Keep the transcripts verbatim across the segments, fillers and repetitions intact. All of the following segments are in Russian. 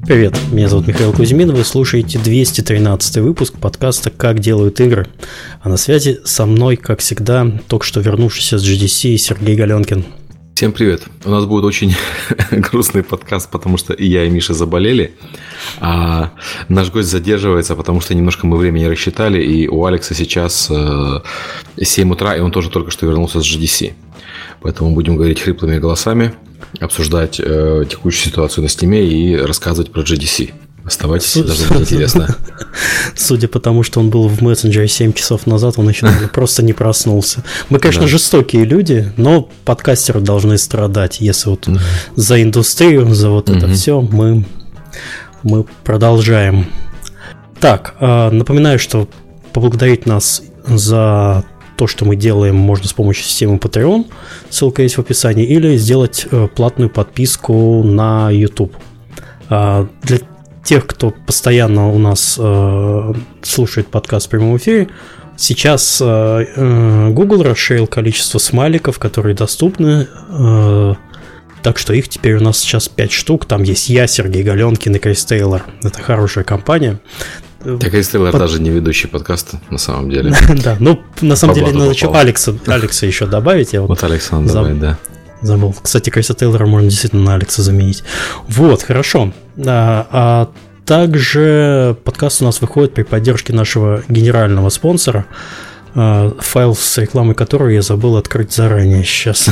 Привет, меня зовут Михаил Кузьмин, вы слушаете двести тринадцатый выпуск подкаста «Как делают игры». А на связи со мной, как всегда, только что вернувшийся с джи ди си Сергей Галенкин. Всем привет. У нас будет очень грустный подкаст, потому что и я, и Миша заболели. А наш гость задерживается, потому что немножко мы времени рассчитали, и у Алекса сейчас семь утра, и он тоже только что вернулся с джи ди си. Поэтому будем говорить хриплыми голосами, обсуждать э, текущую ситуацию на Стиме и рассказывать про джи ди си. Оставайтесь, даже будет интересно. Судя по тому, что он был в мессенджере семь часов назад, он еще просто не проснулся. Мы, конечно, да. жестокие люди, но подкастеры должны страдать. Если вот mm-hmm. за индустрию, за вот mm-hmm. это все, мы, мы продолжаем. Так, напоминаю, что поблагодарить нас за то, что мы делаем, можно с помощью системы Patreon, ссылка есть в описании, или сделать платную подписку на YouTube. Для тех, кто постоянно у нас э, слушает подкаст в прямом эфире, сейчас э, Google расширил количество смайликов, которые доступны, э, так что их теперь у нас сейчас пять штук. Там есть я, Сергей Галенкин и Крис Тейлор. Это хорошая компания. Так, Крис Тейлор Под... даже не ведущий подкаста, на самом деле. Да, ну, на самом деле, надо еще Алекса еще добавить. Вот Алекса надо добавить, да. Забыл. Кстати, Криса Тейлора можно действительно на Алекса заменить. Вот, хорошо. А, а также подкаст у нас выходит при поддержке нашего генерального спонсора, а, файл с рекламой которого я забыл открыть заранее сейчас.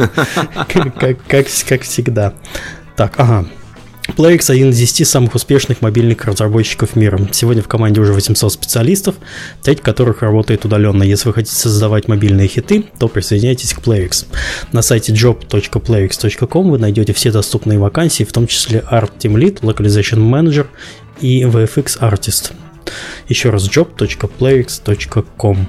Как всегда. Так, ага. PlayX один из десяти самых успешных мобильных разработчиков мира. Сегодня в команде уже восемьсот специалистов, треть которых работает удаленно. Если вы хотите создавать мобильные хиты, то присоединяйтесь к PlayX. На сайте job точка playx точка com вы найдете все доступные вакансии, в том числе Art Team Lead, Localization Manager и ви эф икс Artist. Еще раз job точка playx точка com.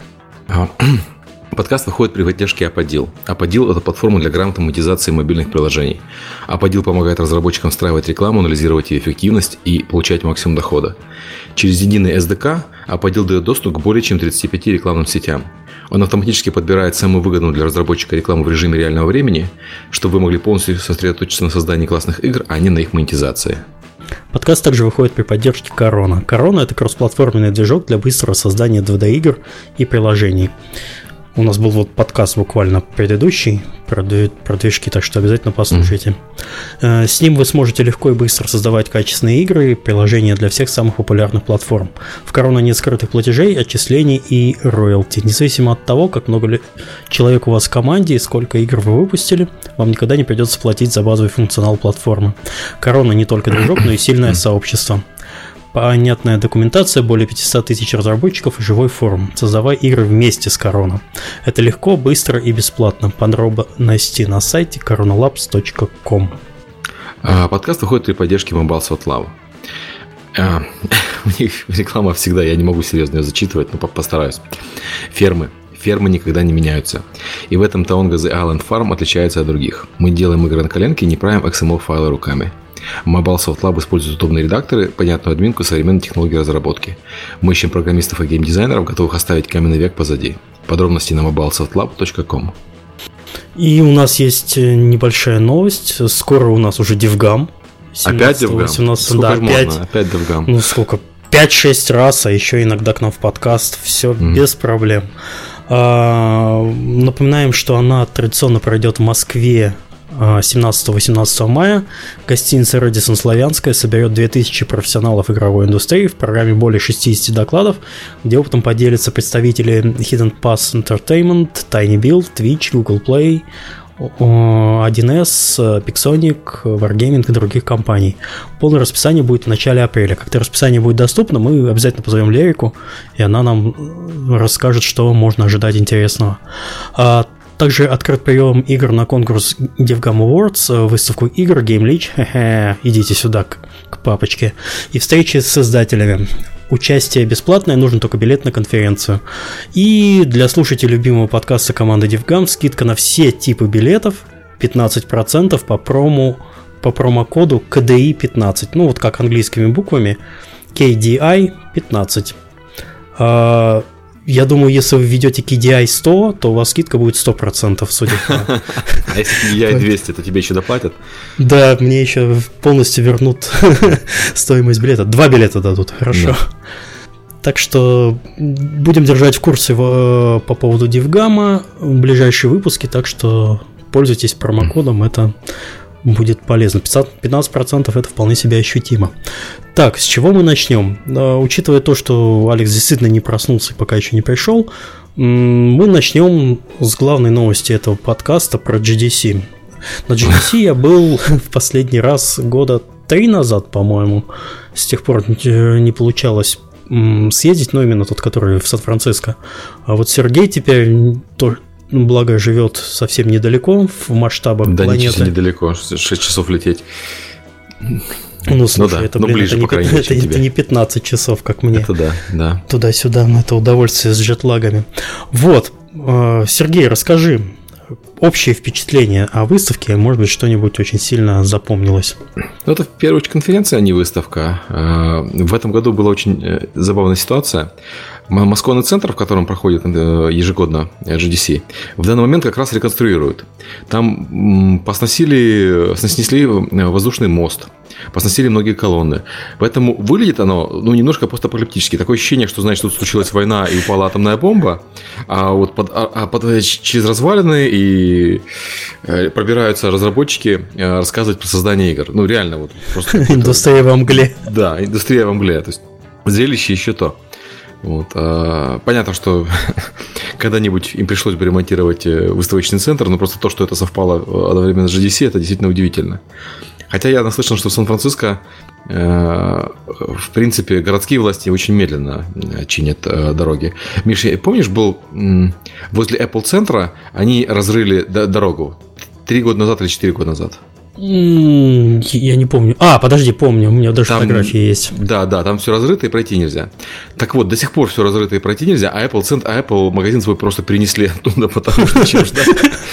Подкаст выходит при поддержке Apodil. Apodil – это платформа для грамотной монетизации мобильных приложений. Apodil помогает разработчикам встраивать рекламу, анализировать ее эффективность и получать максимум дохода. Через единый эс ди кей Apodil дает доступ к более чем тридцати пяти рекламным сетям. Он автоматически подбирает самую выгодную для разработчика рекламу в режиме реального времени, чтобы вы могли полностью сосредоточиться на создании классных игр, а не на их монетизации. Подкаст также выходит при поддержке Corona. Corona – это кроссплатформенный движок для быстрого создания два дэ-игр и приложений. У нас был вот подкаст буквально предыдущий про, про движки, так что обязательно послушайте. Mm-hmm. С ним вы сможете легко и быстро создавать качественные игры и приложения для всех самых популярных платформ. В Corona нет скрытых платежей, отчислений и роялти. Независимо от того, как много человек у вас в команде и сколько игр вы выпустили, вам никогда не придется платить за базовый функционал платформы. Corona не только движок, но и сильное сообщество. Понятная документация, более пятьсот тысяч разработчиков и живой форум. Создавай игры вместе с Corona. Это легко, быстро и бесплатно. Подробности на сайте coronalabs точка com. А, подкаст выходит при поддержке Mobile Soft Lab. А, у них реклама всегда, я не могу серьезно ее зачитывать, но постараюсь. Фермы. Фермы никогда не меняются. И в этом Taonga The Island Farm отличается от других. Мы делаем игры на коленке и не правим икс эм эль-файлы руками. Mobile Soft Lab использует удобные редакторы, понятную админку и современные технологии разработки. Мы ищем программистов и геймдизайнеров, готовых оставить каменный век позади. Подробности на мобайл софт лаб точка ком. И у нас есть небольшая новость. Скоро у нас уже DevGam. Опять DevGam? Сколько да, можно? опять, опять DevGam. Ну сколько? пять-шесть раз, а еще иногда к нам в подкаст. Все mm. без проблем. А, напоминаем, что она традиционно пройдет в Москве семнадцатого-восемнадцатого мая. Гостиница Рэдисон Славянская соберет две тысячи профессионалов игровой индустрии в программе более шестьдесят докладов, где опытом поделятся представители Hidden Pass Entertainment, Tiny Build, Twitch, Google Play, один эс, Pixonic, Wargaming и других компаний. Полное расписание будет в начале апреля. Когда расписание будет доступно, мы обязательно позовем Лерику, и она нам расскажет, что можно ожидать интересного. Также открыт прием игр на конкурс DevGam Awards, выставку игр Game Leech, идите сюда к, к папочке, и встречи с создателями. Участие бесплатное, нужен только билет на конференцию. И для слушателей любимого подкаста команды DevGam скидка на все типы билетов пятнадцать процентов по промо, по промокоду кей ди ай пятнадцать. Ну вот как английскими буквами кей ди ай пятнадцать. я думаю, если вы введете кей ди ай сто, то у вас скидка будет сто процентов, судя по... А если кей ди ай двести, то тебе еще доплатят? Да, мне еще полностью вернут стоимость билета. Два билета дадут, хорошо. Так что будем держать в курсе по поводу DivGamma в ближайшие выпуски, так что пользуйтесь промокодом, это будет полезно. пятнадцать процентов это вполне себе ощутимо. Так, с чего мы начнем? Учитывая то, что Алекс действительно не проснулся и пока еще не пришел, мы начнем с главной новости этого подкаста про джи ди си. На джи ди си я был в последний раз года три назад, по-моему. С тех пор не получалось съездить, но именно тот, который в Сан-Франциско. А вот Сергей теперь, благо, живет совсем недалеко в масштабах да, планеты. Да, недалеко, шесть часов лететь. Ну, слушай, ну, да. это, блин, ближе, это, не, мере, это, это не пятнадцать часов, как мне. Это да, да. Туда-сюда, это удовольствие с джетлагами. Вот, Сергей, расскажи общее впечатление о выставке, может быть, что-нибудь очень сильно запомнилось. Ну, это в первую очередь конференция, а не выставка. В этом году была очень забавная ситуация. Москва центр, в котором проходит ежегодно джи ди си, в данный момент как раз реконструируют. Там посносили, снесли воздушный мост, посносили многие колонны. Поэтому выглядит оно ну, немножко постапокалиптически. Такое ощущение, что, значит, тут случилась война и упала атомная бомба, а вот под, а под, через развалины и пробираются разработчики рассказывать про создание игр. Ну, реально. Вот, просто индустрия во мгле. Да, индустрия во мгле. То есть зрелище еще то. Вот. А, понятно, что когда-нибудь им пришлось бы ремонтировать выставочный центр, но просто то, что это совпало одновременно с джи ди си, это действительно удивительно. Хотя я наслышан, что в Сан-Франциско э, в принципе городские власти очень медленно чинят э, дороги. Миша, помнишь, был м, возле Apple центра они разрыли д- дорогу три года назад или четыре года назад? Я не помню. А, подожди, помню, у меня даже там, фотографии есть. Да, да, там все разрыто и пройти нельзя. Так вот, до сих пор все разрыто и пройти нельзя, а Apple, центр, а Apple магазин свой просто перенесли оттуда, потому что чем ждать?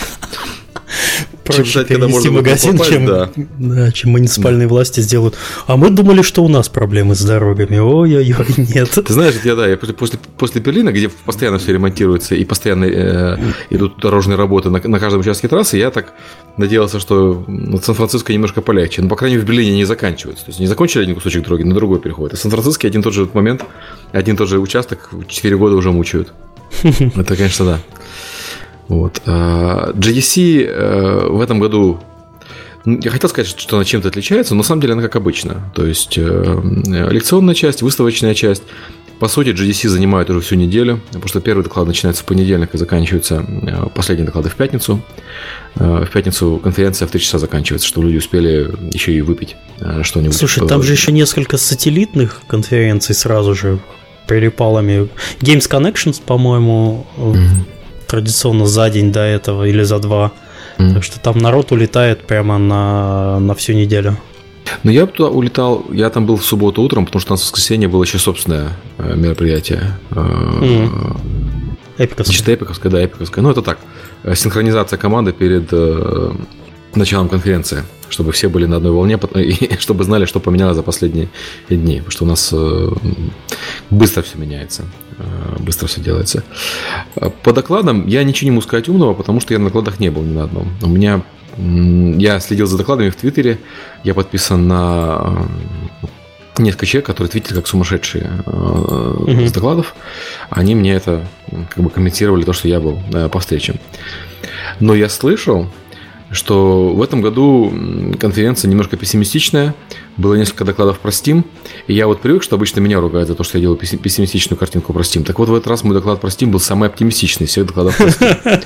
Проще перенести магазин, чем, да. Да, чем муниципальные власти сделают. А мы думали, что у нас проблемы с дорогами. Ой-ой-ой, нет. Ты знаешь, я, да, я после, после Берлина, где постоянно все ремонтируется и постоянно э, идут дорожные работы на, на каждом участке трассы, я так надеялся, что ну, Сан-Франциско немножко полегче. Но, по крайней мере, в Берлине не заканчивается. То есть не закончили один кусочек дороги, на другой переходит. А в Сан-Франциско один тот же момент, один и тот же участок четыре года уже мучают. Это, конечно, да. Вот. джи ди си в этом году, я хотел сказать, что она чем-то отличается, но на самом деле она как обычно. То есть лекционная часть, выставочная часть. По сути, джи ди си занимает уже всю неделю, потому что первый доклад начинается в понедельник и заканчивается последние доклады в пятницу. В пятницу конференция в три часа заканчивается, чтобы люди успели еще и выпить что-нибудь. Слушай, там же еще несколько сателлитных конференций сразу же прилипалами. Games Connections, по-моему, mm-hmm. традиционно за день до этого или за два. Mm. Так что там народ улетает прямо на, на всю неделю. Ну, я туда улетал, я там был в субботу утром, потому что у нас в воскресенье было еще собственное мероприятие. Mm. Эпиковское. Значит, эпиковское, да, эпиковское. Ну, это так, синхронизация команды перед э, началом конференции, чтобы все были на одной волне, и чтобы знали, что поменялось за последние дни. Потому что у нас э, быстро все меняется. Быстро все делается. По докладам я ничего не могу сказать умного, потому что я на докладах не был ни на одном. У меня я следил за докладами в Твиттере, я подписан на несколько человек, которые твитят как сумасшедшие mm-hmm. с докладов. Они мне это как бы комментировали, то, что я был по встречам. Но я слышал, что в этом году конференция немножко пессимистичная. Было несколько докладов про Steam. И я вот привык, что обычно меня ругают за то, что я делаю пессимистичную картинку про Steam. Так вот, в этот раз мой доклад про Steam был самый оптимистичный из всех докладов про Steam.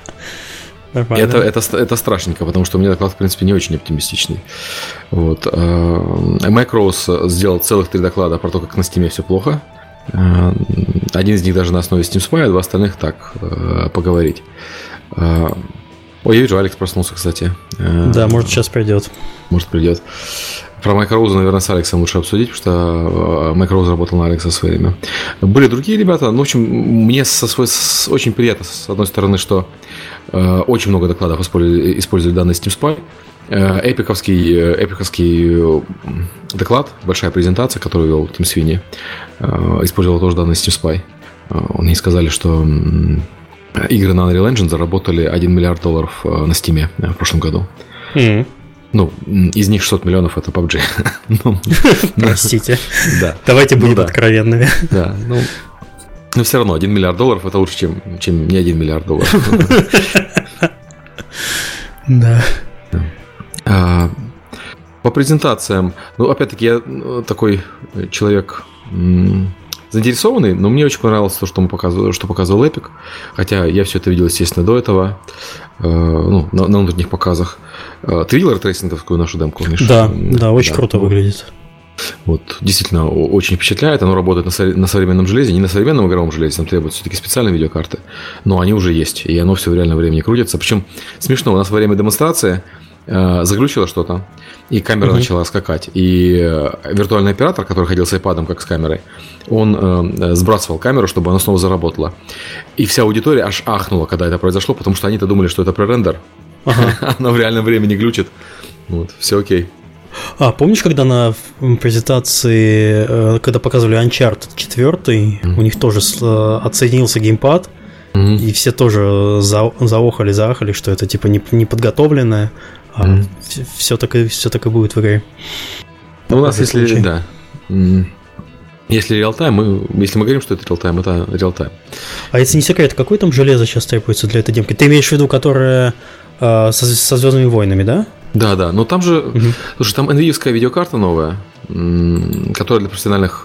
Это, это, это страшненько, потому что у меня доклад, в принципе, не очень оптимистичный. Вот. Майк Роуз сделал целых три доклада про то, как на Steam все плохо. Один из них даже на основе Steam Spy, а два остальных так, поговорить. Ой, я вижу, Алекс проснулся, кстати. Да, может, сейчас придет. Может, придет. Про Майка Роуза, наверное, с Алексом лучше обсудить, потому что Майк Роуз работал на Алекса в свое время. Были другие ребята. Ну, в общем, мне со своей, с, очень приятно, с одной стороны, что э, очень много докладов использовали, использовали данный Steam Spy. Э, эпиковский, эпиковский доклад, большая презентация, которую вел Тим Свини, э, использовал тоже данный Steam Spy. Они сказали, что игры на Unreal Engine заработали один миллиард долларов на Steam в прошлом году. Mm-hmm. Ну, из них шестьсот миллионов это пабг. Простите. Давайте будем откровенными. Да, ну... Но все равно один миллиард долларов это лучше, чем, чем не один миллиард долларов. Да. А, по презентациям, ну, опять-таки, я такой человек м- заинтересованный, но мне очень понравилось то, что, мы показывали, что показывал Epic. Хотя я все это видел, естественно, до этого, э, ну, на, на внутренних показах. Ты видел рейтрейсинговскую нашу демку, Миш? Да, да, очень да, круто выглядит. Вот, действительно, очень впечатляет. Оно работает на, со- на современном железе, не на современном игровом железе, там требуются все-таки специальные видеокарты, но они уже есть, и оно все в реальном времени крутится. Причем смешно, у нас во время демонстрации э, заглючило что-то, и камера uh-huh. начала скакать. И э, виртуальный оператор, который ходил с iPad'ом, как с камерой, он э, сбрасывал камеру, чтобы она снова заработала. И вся аудитория аж ахнула, когда это произошло, потому что они-то думали, что это пререндер. Uh-huh. Она в реальном времени глючит. Вот, все окей. А, помнишь, когда на презентации, когда показывали Uncharted четыре, mm-hmm. у них тоже отсоединился геймпад, mm-hmm. и все тоже за, заохали, заахали, что это типа не, не подготовленное, а mm-hmm. все, все, так и, все так и будет в игре. Ну, у нас, если, случай. да, если реалтайм, мы, если мы говорим, что это реалтайм, это реалтайм. А если не секрет, какое там железо сейчас требуется для этой демки? Ты имеешь в виду, которое э, со, со Звездными войнами, да? Да, да, но там же, угу. слушай, там NVIDIA-ская видеокарта новая, которая для профессиональных,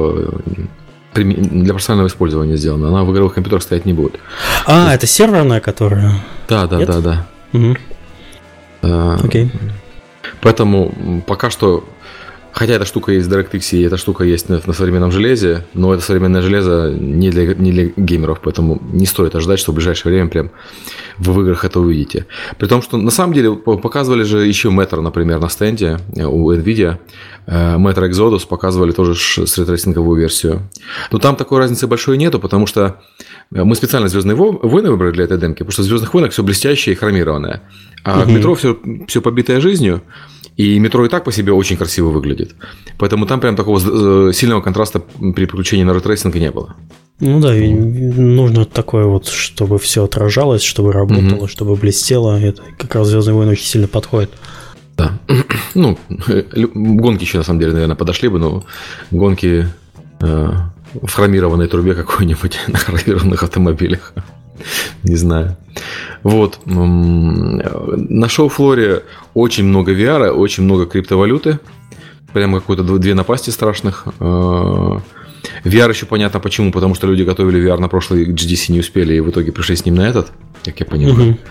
для профессионального использования сделана. Она в игровых компьютерах стоять не будет. А, есть... это серверная, которая? Да, да, Нет? да, да. Угу. А, Окей. Поэтому пока что, хотя эта штука есть в DirectX, и эта штука есть на, на современном железе, но это современное железо не для, не для геймеров, поэтому не стоит ожидать, что в ближайшее время прям вы в играх это увидите. При том, что на самом деле показывали же еще Matter, например, на стенде у NVIDIA. Matter Exodus показывали тоже с рейтрейсинговую версию. Но там такой разницы большой нету, потому что мы специально «Звездные войны» выбрали для этой демки, потому что в «Звездных войнах» все блестящее и хромированное. А угу. в «Метро» все, все побитое жизнью, и «Метро» и так по себе очень красиво выглядит. Поэтому там прям такого сильного контраста при переключении на рейтрейсинг не было. Ну да, нужно такое вот, чтобы все отражалось, чтобы работало, угу. чтобы блестело. Это как раз «Звездные войны» очень сильно подходит. Да. Ну, гонки еще на самом деле, наверное, подошли бы, но гонки э, в хромированной трубе какой-нибудь на хромированных автомобилях. Не знаю. Вот. На шоу-флоре очень много ви ар, очень много криптовалюты. Прямо какой-то две напасти страшных. ви ар еще понятно почему, потому что люди готовили ви ар на прошлый джи ди си, не успели, и в итоге пришли с ним на этот, как я понимаю. Угу.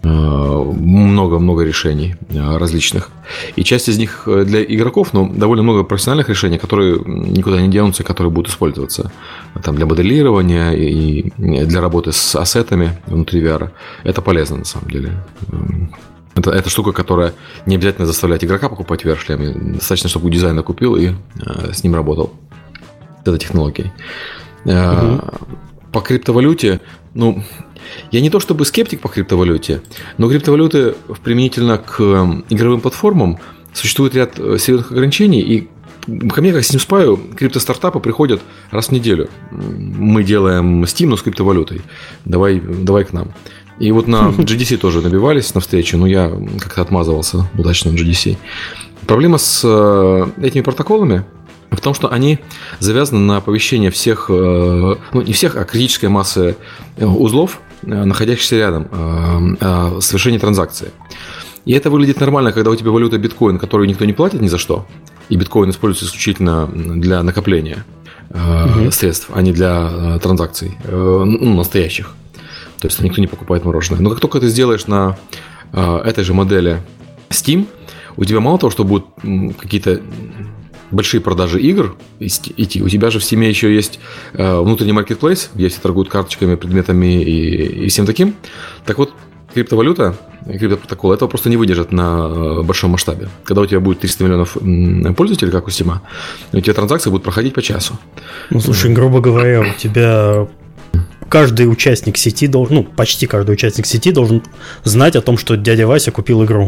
Много-много решений различных. И часть из них для игроков, но довольно много профессиональных решений, которые никуда не денутся, которые будут использоваться там, для моделирования и для работы с ассетами внутри ви ар. Это полезно на самом деле. Это, это штука, которая не обязательно заставляет игрока покупать ви ар-шлем. Достаточно, чтобы дизайнер купил и э, с ним работал. Это технологией. Угу. По криптовалюте, ну, я не то чтобы скептик по криптовалюте, но криптовалюты применительно к игровым платформам существует ряд серьезных ограничений, и ко мне, как Steam Spy, криптостартапы приходят раз в неделю. Мы делаем Steam, но с криптовалютой. Давай, давай к нам. И вот на джи ди си тоже набивались на встречу, но я как-то отмазывался удачно на джи ди си. Проблема с этими протоколами в том, что они завязаны на оповещение всех, ну не всех, а критической массы узлов, находящихся рядом, о совершении транзакции. И это выглядит нормально, когда у тебя валюта биткоин, которую никто не платит ни за что, и биткоин используется исключительно для накопления угу. средств, а не для транзакций ну, настоящих. То есть никто не покупает мороженое. Но как только ты сделаешь на этой же модели Steam, у тебя мало того, что будут какие-то большие продажи игр идти, у тебя же в Steam еще есть внутренний маркетплейс, где все торгуют карточками, предметами и, и всем таким. Так вот, криптовалюта, криптопротокол этого просто не выдержат на большом масштабе. Когда у тебя будет триста миллионов пользователей, как у Steam, у тебя транзакции будут проходить по часу. Ну, слушай, грубо говоря, у тебя каждый участник сети должен, ну, почти каждый участник сети должен знать о том, что дядя Вася купил игру.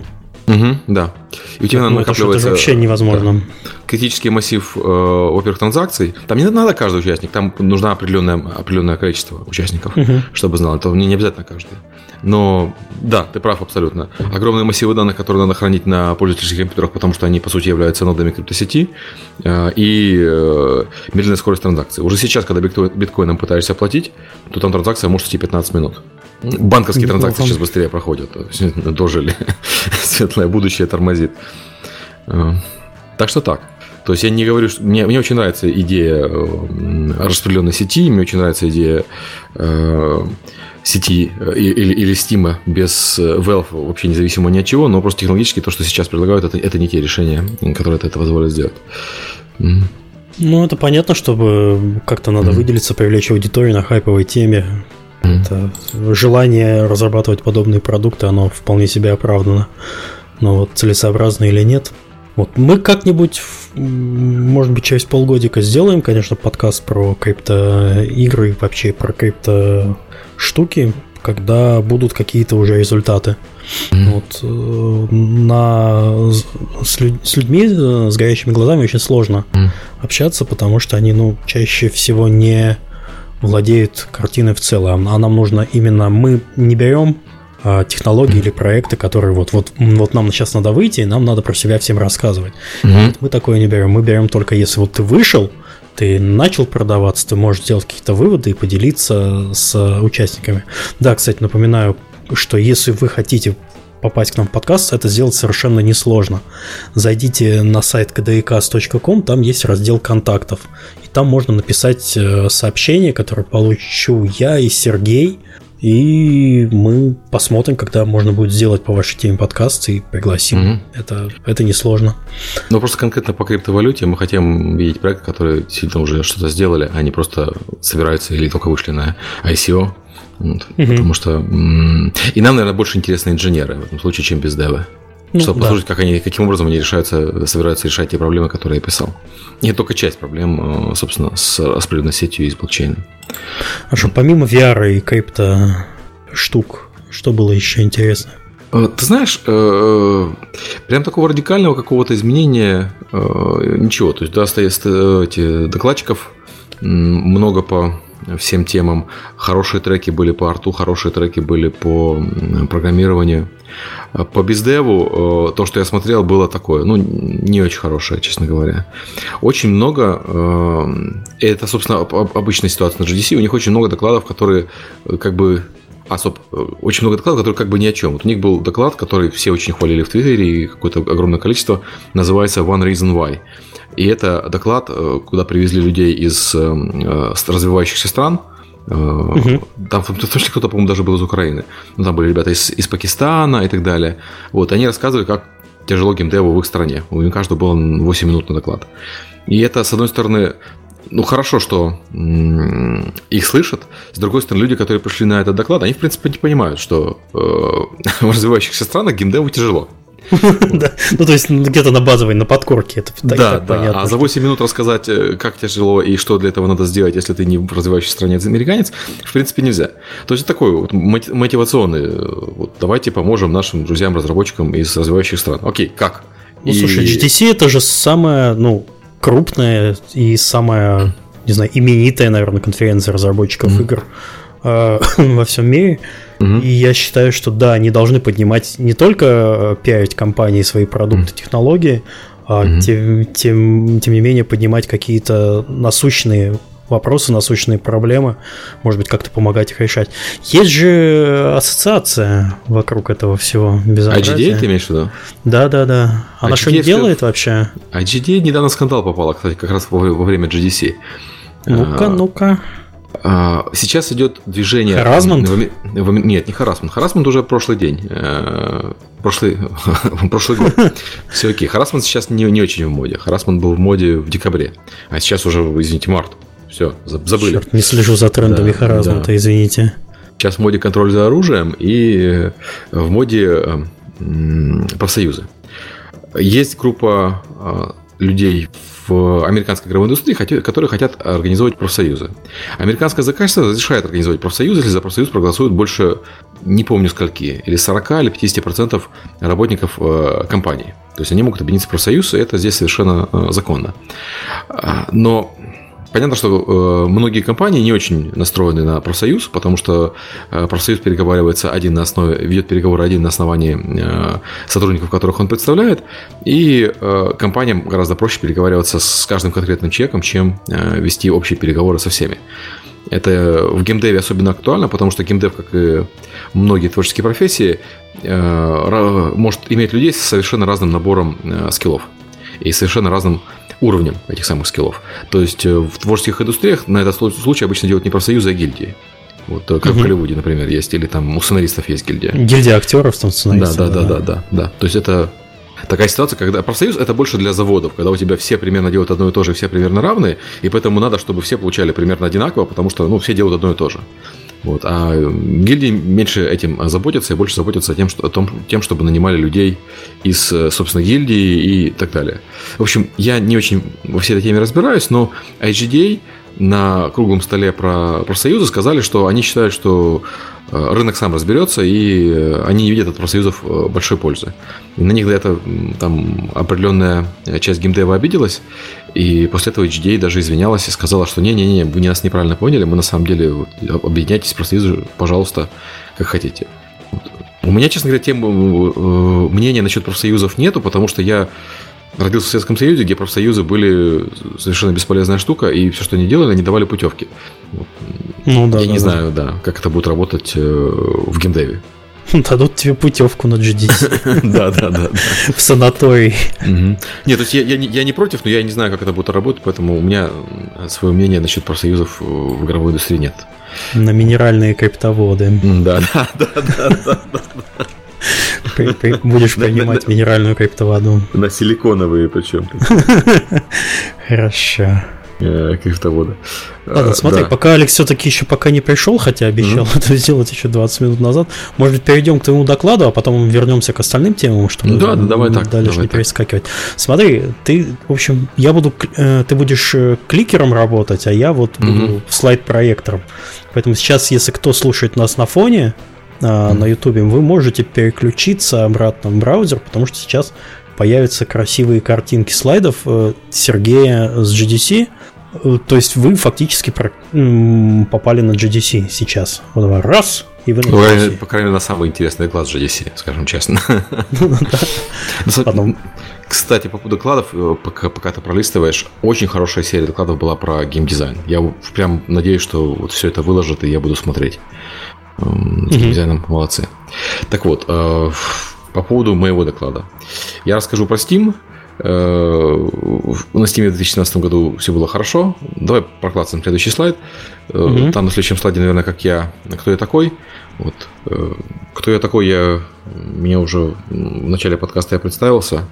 Угу, да. И у тебя ну, накапливается это вообще невозможно. Да, критический массив, э, во-первых, транзакций. Там не надо каждый участник, там нужно определенное, определенное количество участников, угу. чтобы знал. Это не обязательно каждый. Но да, ты прав абсолютно. Огромные массивы данных, которые надо хранить на пользовательских компьютерах, потому что они, по сути, являются нодами криптосети, э, и э, медленная скорость транзакций. Уже сейчас, когда биткоином пытаешься оплатить, то там транзакция может идти пятнадцать минут. Банковские Неплохо. Транзакции сейчас быстрее проходят. Дожили. Светлое будущее тормозит. Так что так. То есть я не говорю, что... Мне, мне очень нравится идея распределенной сети, мне очень нравится идея э, сети или, или Steam без Valve, вообще независимо ни от чего, но просто технологически то, что сейчас предлагают, это, это не те решения, которые это позволят сделать. Ну, это понятно, чтобы как-то надо mm-hmm. выделиться, привлечь аудиторию на хайповой теме. Mm-hmm. Это желание разрабатывать подобные продукты, оно вполне себе оправдано. Но вот целесообразно или нет. Вот мы как-нибудь, может быть, через полгодика сделаем, конечно, подкаст про криптоигры и вообще про криптоштуки, когда будут какие-то уже результаты. Mm-hmm. Вот, на, с, люд, с людьми с горящими глазами очень сложно mm-hmm. общаться, потому что они, ну, чаще всего не владеют картиной в целом. А нам нужно именно, мы не берем а, технологии mm-hmm. или проекты, которые вот, вот, вот нам сейчас надо выйти, и нам надо про себя всем рассказывать. Mm-hmm. Вот мы такое не берем. Мы берем только если вот ты вышел, ты начал продаваться, ты можешь сделать какие-то выводы и поделиться с участниками. Да, кстати, напоминаю, что если вы хотите попасть к нам в подкаст, это сделать совершенно несложно. Зайдите на сайт кей ди и каст точка ком, там есть раздел контактов. И там можно написать сообщение, которое получу я и Сергей, и мы посмотрим, когда можно будет сделать по вашей теме подкаст и пригласим. Mm-hmm. Это, это несложно. Но просто конкретно по криптовалюте мы хотим видеть проекты, которые действительно уже что-то сделали, а не просто собираются или только вышли на ай си о. Вот, mm-hmm. Потому что... И нам, наверное, больше интересны инженеры в этом случае, чем бездевы. Ну, чтобы да. послушать, как они, каким образом они решаются, собираются решать те проблемы, которые я писал. Не только часть проблем, собственно, с распределенной сетью и с блокчейном. Хорошо, помимо ви ар и крипто штук, что было еще интересно? Ты знаешь, прям такого радикального какого-то изменения ничего. То есть, да, эти докладчиков много по всем темам. Хорошие треки были по арту, хорошие треки были по программированию. По бездеву то, что я смотрел, было такое, ну, не очень хорошее, честно говоря. Очень много, это, собственно, обычная ситуация на джи ди си, у них очень много докладов, которые как бы Особ... очень много докладов, которые как бы ни о чем. Вот у них был доклад, который все очень хвалили в Твиттере, и какое-то огромное количество, называется One Reason Why. И это доклад, куда привезли людей из развивающихся стран. Угу. Там в том числе кто-то, по-моему, даже был из Украины. Ну, там были ребята из, из Пакистана и так далее. Вот, они рассказывали, как тяжело геймдеву в их стране. У них каждого было восемь минут на доклад. И это, с одной стороны, ну, хорошо, что м- их слышат. С другой стороны, люди, которые пришли на этот доклад, они, в принципе, не понимают, что э- в развивающихся странах геймдеву тяжело. Да, ну то есть где-то на базовой, на подкорке это так, да, так да. понятно. А за восемь минут рассказать, как тяжело и что для этого надо сделать, если ты не в развивающейся стране американец, в принципе, нельзя. То есть это такой вот мотивационный. Вот, давайте поможем нашим друзьям-разработчикам из развивающих стран. Окей, как? Ну, и... слушай, джи ти си это же самая, ну, крупная и самая, не знаю, именитая, наверное, конференция разработчиков mm-hmm. игр э, во всем мире. И я считаю, что да, они должны поднимать не только пиарить компании свои продукты, mm-hmm. технологии, а mm-hmm. тем, тем, тем не менее поднимать какие-то насущные вопросы, насущные проблемы, может быть, как-то помогать их решать. Есть же ассоциация вокруг этого всего безобразия. ай джи ди ты имеешь в виду? Да, да, да. Она что-нибудь делает вообще? ай джи ди недавно в скандал попала, кстати, как раз во время джи ди си. Ну-ка, ну-ка. Сейчас идет движение... Харассмент? Нет, не харассмент. Харассмент уже прошлый день. Прошлый, прошлый год. Все окей. Харассмент сейчас не, не очень в моде. Харассмент был в моде в декабре. А сейчас уже, извините, март. Все, забыли. Черт, не слежу за трендами да, харассмента, да. Извините. Сейчас в моде контроль за оружием и в моде профсоюзы. Есть группа людей в американской игровой индустрии, которые хотят организовывать профсоюзы. Американское законодательство разрешает организовать профсоюз, если за профсоюз проголосуют больше, не помню скольки, или сорок или пятьдесят процентов работников компании. То есть они могут объединиться в профсоюз, и это здесь совершенно законно. Но понятно, что многие компании не очень настроены на профсоюз, потому что профсоюз переговаривается один на основе, ведет переговоры один на основании сотрудников, которых он представляет, и компаниям гораздо проще переговариваться с каждым конкретным человеком, чем вести общие переговоры со всеми. Это в геймдеве особенно актуально, потому что геймдев, как и многие творческие профессии, может иметь людей с совершенно разным набором скиллов и совершенно разным уровнем этих самых скиллов. То есть в творческих индустриях на этот случай обычно делают не профсоюзы, а гильдии. Вот как угу. в Голливуде, например, есть, или там у сценаристов есть гильдия. Гильдия актеров, там сценаристов. Да, да, да, да, да, да, да. То есть это такая ситуация, когда профсоюз это больше для заводов, когда у тебя все примерно делают одно и то же, все примерно равные, и поэтому надо, чтобы все получали примерно одинаково, потому что ну, все делают одно и то же. Вот. А гильдии меньше этим заботятся и больше заботятся тем, что, о том, тем, чтобы нанимали людей из, собственно, гильдии и так далее. В общем, я не очень во всей этой теме разбираюсь, но ай джи ди эй на круглом столе про профсоюзы сказали, что они считают, что рынок сам разберется, и они не видят от профсоюзов большой пользы. И на них за это там определенная часть геймдева обиделась, и после этого эйч ди эй даже извинялась и сказала, что не-не-не, вы нас неправильно поняли, мы на самом деле объединяйтесь в профсоюзы, пожалуйста, как хотите. У меня, честно говоря, тем мнения насчет профсоюзов нету, потому что я родился в Советском Союзе, где профсоюзы были совершенно бесполезная штука, и все, что они делали, они давали путевки. Ну, да, Я да, не да. знаю, да, как это будет работать в геймдеве. Дадут тебе путевку на джи ди си. Да, да, да. В санаторий. Нет, то есть я не против, но я не знаю, как это будет работать, поэтому у меня свое мнение насчет профсоюзов в игровой индустрии нет. На минеральные криптоводы. Да, да, да, да, да. Будешь принимать минеральную криптоводу. На силиконовые причем. Хорошо. Криптоводы. Ладно, смотри, да. Пока Алекс все-таки еще пока не пришел, хотя обещал mm-hmm. это сделать еще двадцать минут назад, может быть, перейдем к твоему докладу, а потом вернемся к остальным темам, чтобы да, да, давай так, дальше давай не так. перескакивать. Смотри, ты, в общем, я буду, ты будешь кликером работать, а я вот буду mm-hmm. слайд-проектором. Поэтому сейчас, если кто слушает нас на фоне, mm-hmm. на Ютубе, вы можете переключиться обратно в браузер, потому что сейчас появятся красивые картинки слайдов Сергея с джи ди си. То есть вы фактически попали на джи ди си сейчас. Вот раз, и вы на джи ди си. По крайней мере, на самый интересный доклад джи ди си, скажем честно. Кстати, по поводу докладов, пока, пока ты пролистываешь, очень хорошая серия докладов была про геймдизайн. Я прям надеюсь, что вот все это выложат, и я буду смотреть. С геймдизайном молодцы. Так вот, по поводу моего доклада. Я расскажу про Steam. На Steam в две тысячи семнадцатом году все было хорошо. Давай проклацаем следующий слайд. Mm-hmm. Там на следующем слайде, наверное, как я, кто я такой. Вот. Кто я такой, я меня уже в начале подкаста я представился.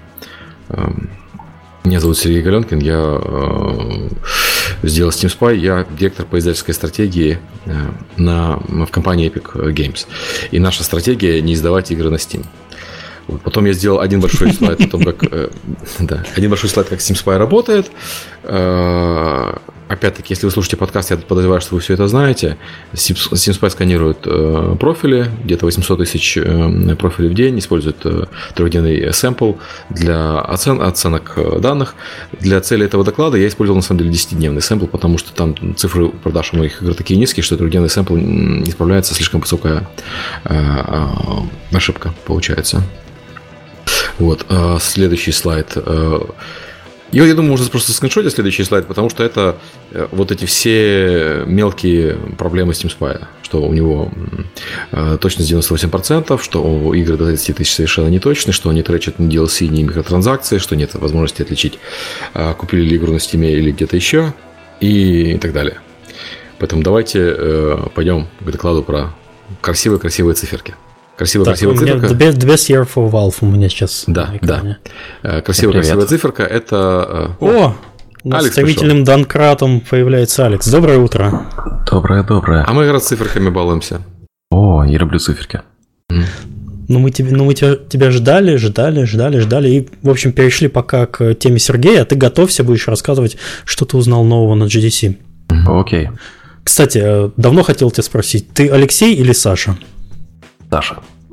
Меня зовут Сергей Галенкин, я сделал Steam Spy, я директор по издательской стратегии на, в компании Epic Games. И наша стратегия не издавать игры на Steam. Потом я сделал один большой слайд о том, как, э, да, один большой слайд, как Steam Spy работает. Э, опять-таки, если вы слушаете подкаст, я подозреваю, что вы все это знаете. Steam Spy сканирует э, профили, где-то восемьсот тысяч э, профилей в день, использует э, трехдневный сэмпл для оцен- оценок данных. Для цели этого доклада я использовал, на самом деле, десятидневный сэмпл, потому что там цифры продаж у моих игр такие низкие, что трехдневный сэмпл не справляется, слишком высокая э, э, ошибка получается. Вот, следующий слайд. Я, я думаю, можно просто скриншотить следующий слайд, потому что это вот эти все мелкие проблемы Steam Spy, что у него точность девяносто восемь процентов, что игры до тридцать тысяч совершенно не точны, что они тречат ни ди эл си, ни микротранзакции, что нет возможности отличить, купили ли игру на Steam или где-то еще, и так далее. Поэтому давайте пойдем к докладу про красивые-красивые циферки. Красивая-красивая циферка. The best year for Valve у меня сейчас. Да, да. Красивая-красивая циферка. Это... О, с стремительным донкратом появляется Алекс. Доброе утро. Доброе-доброе. А мы как раз циферками балуемся. О, я люблю циферки. Ну, мы, тебе, ну, мы тебя, тебя ждали, ждали, ждали, ждали. И, в общем, перешли пока к теме Сергея. А ты готовься, будешь рассказывать, что ты узнал нового на джи ди си. Окей. Okay. Кстати, давно хотел тебя спросить, ты Алексей или Саша? Саша.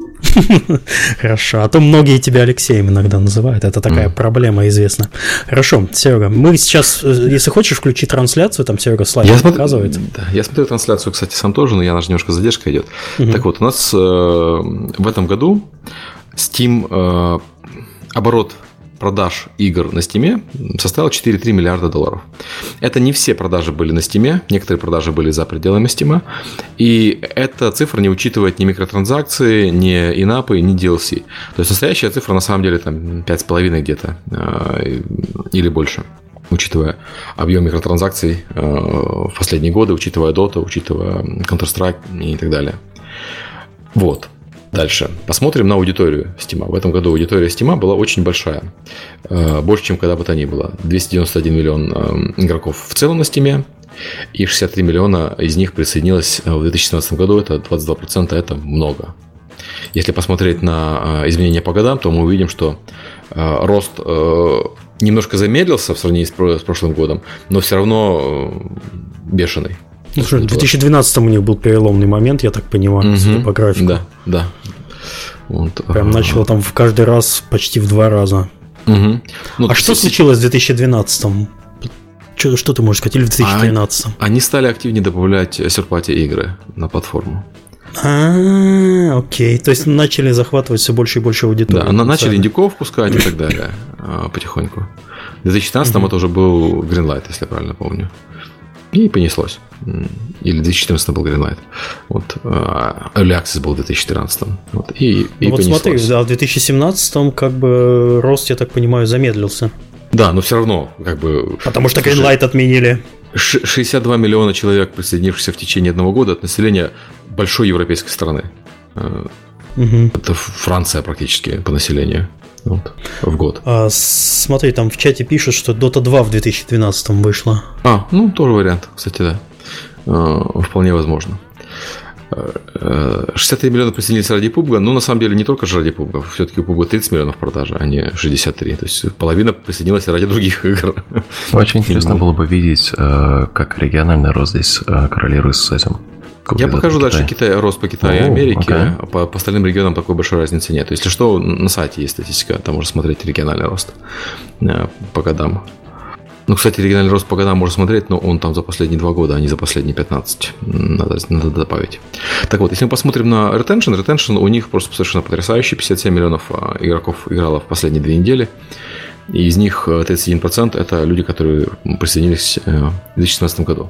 Хорошо, а то многие тебя Алексеем иногда называют, это такая mm. проблема известна. Хорошо, Серега, мы сейчас, если хочешь, включи трансляцию, там Серега слайд я показывает. Смотр... Да, я смотрю трансляцию, кстати, сам тоже, но я, наша немножко задержка идет. Mm-hmm. Так вот, у нас э, в этом году Steam э, оборот продаж игр на Steam составил четыре целых три миллиарда долларов. Это не все продажи были на Steam, некоторые продажи были за пределами Steam, и эта цифра не учитывает ни микротранзакции, ни инапы, ни ди эл си. То есть настоящая цифра на самом деле там пять с половиной где-то или больше, учитывая объем микротранзакций в последние годы, учитывая Dota, учитывая Counter-Strike и так далее. Вот. Дальше. Посмотрим на аудиторию Steam. В этом году аудитория Steam была очень большая. Больше, чем когда бы то ни было. двести девяносто один миллион игроков в целом на Steam. И шестьдесят три миллиона из них присоединилось в две тысячи семнадцатом году. Это двадцать два процента. Это много. Если посмотреть на изменения по годам, то мы увидим, что рост немножко замедлился в сравнении с прошлым годом, но все равно бешеный. Ну, что, в две тысячи двенадцатом у них был переломный момент, я так понимаю, угу, судя по графику. Да, да. Вот. Прям начало там в каждый раз почти в два раза. Угу. Ну, а что с... случилось в две тысячи двенадцатом? Что, что ты можешь сказать? Или в две тысячи тринадцатом? А, они стали активнее добавлять серпати игры на платформу. А, окей. То есть начали захватывать все больше и больше аудитории. Да, начали индиков пускать и так далее потихоньку. В две тысячи тринадцатом угу. это уже был Greenlight, если я правильно помню. И понеслось. Или в две тысячи четырнадцатом был Greenlight. Вот. Early Access был в две тысячи тринадцатом. Вот. И, и вот понеслось. Смотри, да, в две тысячи семнадцатом как бы рост, я так понимаю, замедлился. Да, но все равно как бы... Потому что Greenlight отменили. шестьдесят два миллиона человек, присоединившихся в течение одного года от населения большой европейской страны. Угу. Это Франция практически по населению. Вот, в год. А, смотри, там в чате пишут, что Dota два в две тысячи двенадцатом вышла. А, ну, тоже вариант, кстати, да. А, вполне возможно. шестьдесят три миллиона присоединились ради пабг, но на самом деле не только же ради пабг. Все-таки у пабг тридцать миллионов продажи, а не шестьдесят три. То есть половина присоединилась ради других игр. Очень интересно было бы видеть, как региональный рост здесь коррелирует с этим. Я покажу дальше Китай, рост по Китаю и Америке. Okay. По, по остальным регионам такой большой разницы нет. Если что, на сайте есть статистика, там можно смотреть региональный рост по годам. Ну, кстати, региональный рост по годам можно смотреть, но он там за последние два года, а не за последние пятнадцать. Надо, надо добавить. Так вот, если мы посмотрим на retention, retention у них просто совершенно потрясающий. пятьдесят семь миллионов игроков играло в последние две недели. И из них тридцать один процент это люди, которые присоединились в две тысячи семнадцатом году.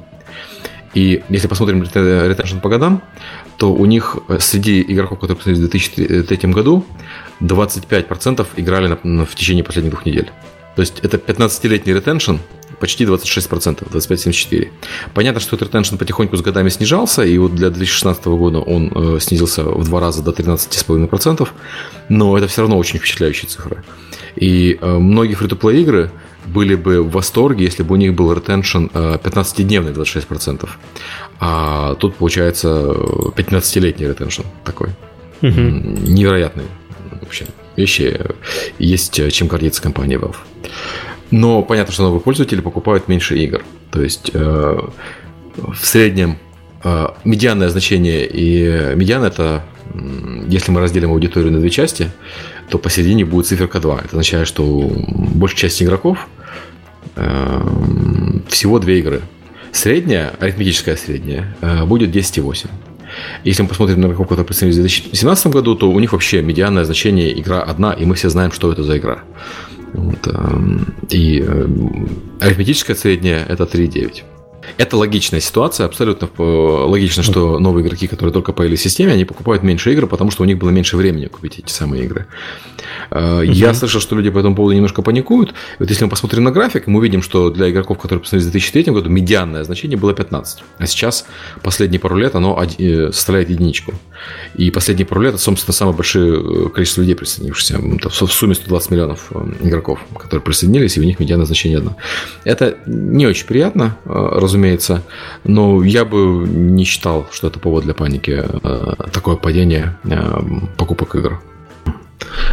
И если посмотрим ретеншн по годам, то у них среди игроков, которые присоединились в две тысячи третьем году, двадцать пять процентов играли на, на, в течение последних двух недель. То есть это пятнадцатилетний ретеншн, почти двадцать шесть процентов, двадцать пять целых семьдесят четыре процента. Понятно, что этот ретеншн потихоньку с годами снижался, и вот для две тысячи шестнадцатого года он э, снизился в два раза до тринадцать целых пять десятых процента, но это все равно очень впечатляющие цифры. И э, многие фри-то-плей игры были бы в восторге, если бы у них был ретеншн пятнадцатидневный двадцать шесть процентов. А тут получается пятнадцатилетний ретеншн такой. Угу. Невероятный вообще вещи. Есть чем гордиться компанией Valve. Но понятно, что новые пользователи покупают меньше игр. То есть э, в среднем э, медианное значение и медиан это, если мы разделим аудиторию на две части, то посередине будет циферка два. Это означает, что большая часть игроков э, всего две игры. Средняя, арифметическая средняя, э, будет десять целых восемь десятых. Если мы посмотрим на игроков, которые присоединились в две тысячи семнадцатом году, то у них вообще медианное значение игра одна, и мы все знаем, что это за игра. Вот, э, и э, арифметическая средняя это три целых девять десятых. Это логичная ситуация, абсолютно логично, что новые игроки, которые только появились в системе, они покупают меньше игр, потому что у них было меньше времени купить эти самые игры. Uh-huh. Я слышал, что люди по этому поводу немножко паникуют. Вот если мы посмотрим на график, мы увидим, что для игроков, которые посмотрели в две тысячи третьем году, медианное значение было пятнадцать. А сейчас, последние пару лет, оно составляет единичку. И последние пару лет, это, собственно, самое большое количество людей, присоединившихся. В сумме сто двадцать миллионов игроков, которые присоединились, и у них медианное значение одно. Это не очень приятно, разумеется, но я бы не считал, что это повод для паники, такое падение покупок игр.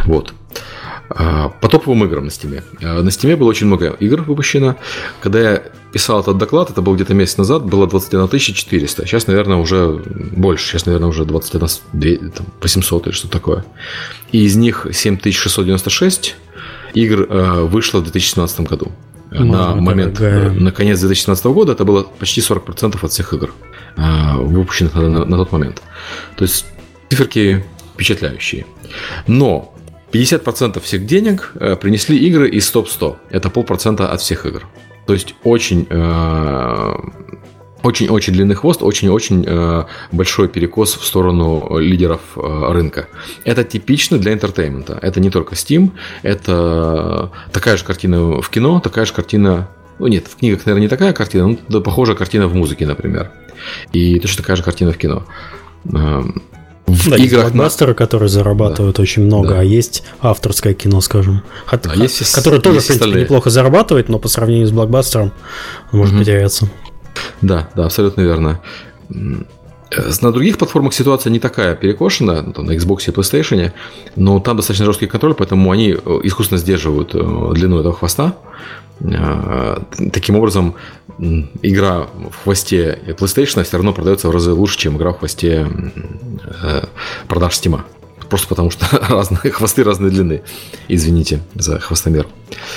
Вот. По топовым играм на Steam. На Steam было очень много игр выпущено. Когда я писал этот доклад, это был где-то месяц назад, было двадцать одна тысяча четыреста. Сейчас, наверное, уже больше. Сейчас, наверное, уже двадцать одна тысяча восемьсот или что-то такое. И из них семь тысяч шестьсот девяносто шесть игр вышло в две тысячи семнадцатом году. На момент, на конец две тысячи семнадцатого года это было почти сорок процентов от всех игр, выпущенных на, на, на тот момент. То есть циферки впечатляющие. Но пятьдесят процентов всех денег принесли игры из топ сто. Это полпроцента от всех игр. То есть очень, очень-очень длинный хвост, очень-очень большой перекос в сторону лидеров рынка. Это типично для интертеймента. Это не только Steam, это такая же картина в кино, такая же картина... Ну нет, в книгах, наверное, не такая картина, но похожая картина в музыке, например. И точно такая же картина в кино. В да, играх есть блокбастеры, на... которые зарабатывают да. очень много, да. а есть авторское кино, скажем, Хот... да, есть, которое тоже, есть в принципе, остальные. неплохо зарабатывает, но по сравнению с блокбастером может угу. потеряться. Да, да, абсолютно верно. На других платформах ситуация не такая перекошена, на Xbox и PlayStation, но там достаточно жесткий контроль, поэтому они искусственно сдерживают длину этого хвоста. Таким образом, игра в хвосте PlayStation все равно продается в разы лучше, чем игра в хвосте продаж Steam. Просто потому, что разные хвосты разной длины. Извините за хвостомер.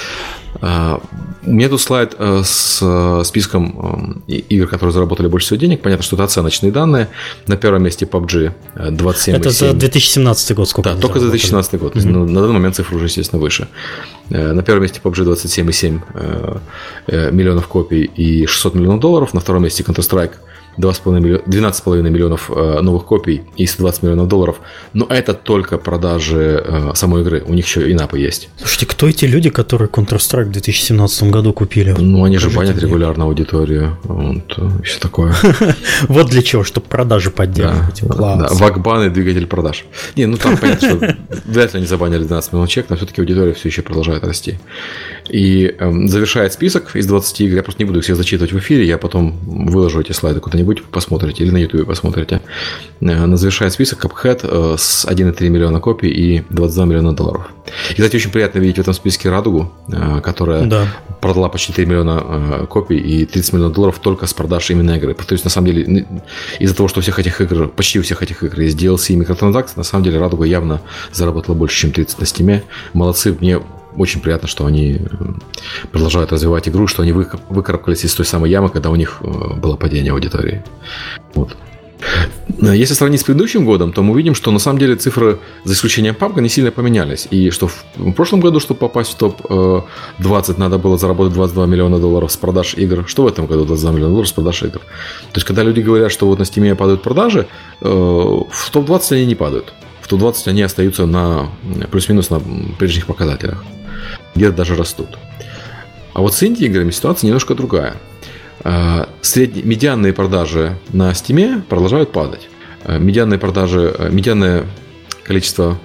У меня тут слайд с списком игр, которые заработали больше всего денег. Понятно, что это оценочные данные. На первом месте пабг двадцать семь Это за две тысячи семнадцатый год сколько? Да, только за две тысячи семнадцатый год. Mm-hmm. На данный момент цифры уже, естественно, выше. На первом месте пабг двадцать семь целых семь миллионов копий и шестьсот миллионов долларов. На втором месте Counter-Strike двенадцать целых пять миллионов новых копий и сто двадцать миллионов долларов. Но это только продажи самой игры. У них еще и инапы есть. Слушайте, кто эти люди, которые Counter-Strike в две тысячи семнадцатом году купили? Ну, они же банят регулярно аудиторию. Вот, и все такое. Вот для чего, чтобы продажи поддерживать. Да, вакбан и двигатель продаж. Не, ну там понятно, что вряд ли они забанили двенадцать миллионов человек, но все-таки аудитория все еще продолжает расти. И завершает список из двадцати игр. Я просто не буду их всех зачитывать в эфире, я потом выложу эти слайды куда-нибудь. Посмотрите, или на YouTube посмотрите. Завершает список Cuphead с один целых три миллиона копий и двадцать два миллиона долларов. И, кстати, очень приятно видеть в этом списке Радугу, которая да. продала почти три миллиона копий и тридцать миллионов долларов только с продаж именно игры. То есть, на самом деле, из-за того, что у всех этих игр, почти у всех этих игр есть ди эл си и микротранзакции, на самом деле Радуга явно заработала больше, чем тридцать на Steam. Молодцы, мне очень приятно, что они продолжают развивать игру, что они выкарабкались из той самой ямы, когда у них было падение аудитории. Вот. Если сравнить с предыдущим годом, то мы увидим, что на самом деле цифры, за исключением пабг, не сильно поменялись. И что в прошлом году, чтобы попасть в топ двадцать, надо было заработать двадцать два миллиона долларов с продаж игр. Что в этом году двадцать два миллиона долларов с продаж игр? То есть, когда люди говорят, что вот на Steam падают продажи, в топ двадцать они не падают. В топ двадцать они остаются на плюс-минус на прежних показателях. Где-то даже растут. А вот с инди-играми ситуация немножко другая. Средние, медианные продажи на Steam продолжают падать. Медианные продажи, медианное количество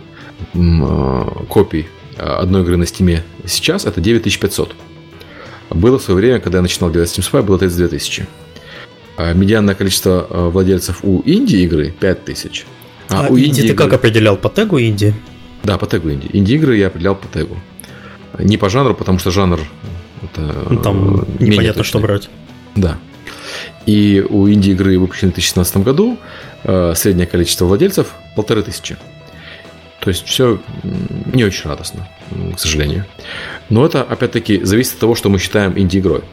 копий одной игры на Steam сейчас это девять тысяч пятьсот. Было в свое время, когда я начинал делать Steam Spy, было тридцать две тысячи. Медианное количество владельцев у инди-игры пять тысяч. А, а у инди ты как определял? По тегу инди? Да, по тегу инди. Инди-игры я определял по тегу. Не по жанру, потому что жанр это ну, там непонятно, что брать. Да. И у инди-игры, выпущенной в две тысячи семнадцатом году, среднее количество владельцев полторы тысячи. То есть все не очень радостно, к сожалению. Но это, опять-таки, зависит от того, что мы считаем инди-игрой.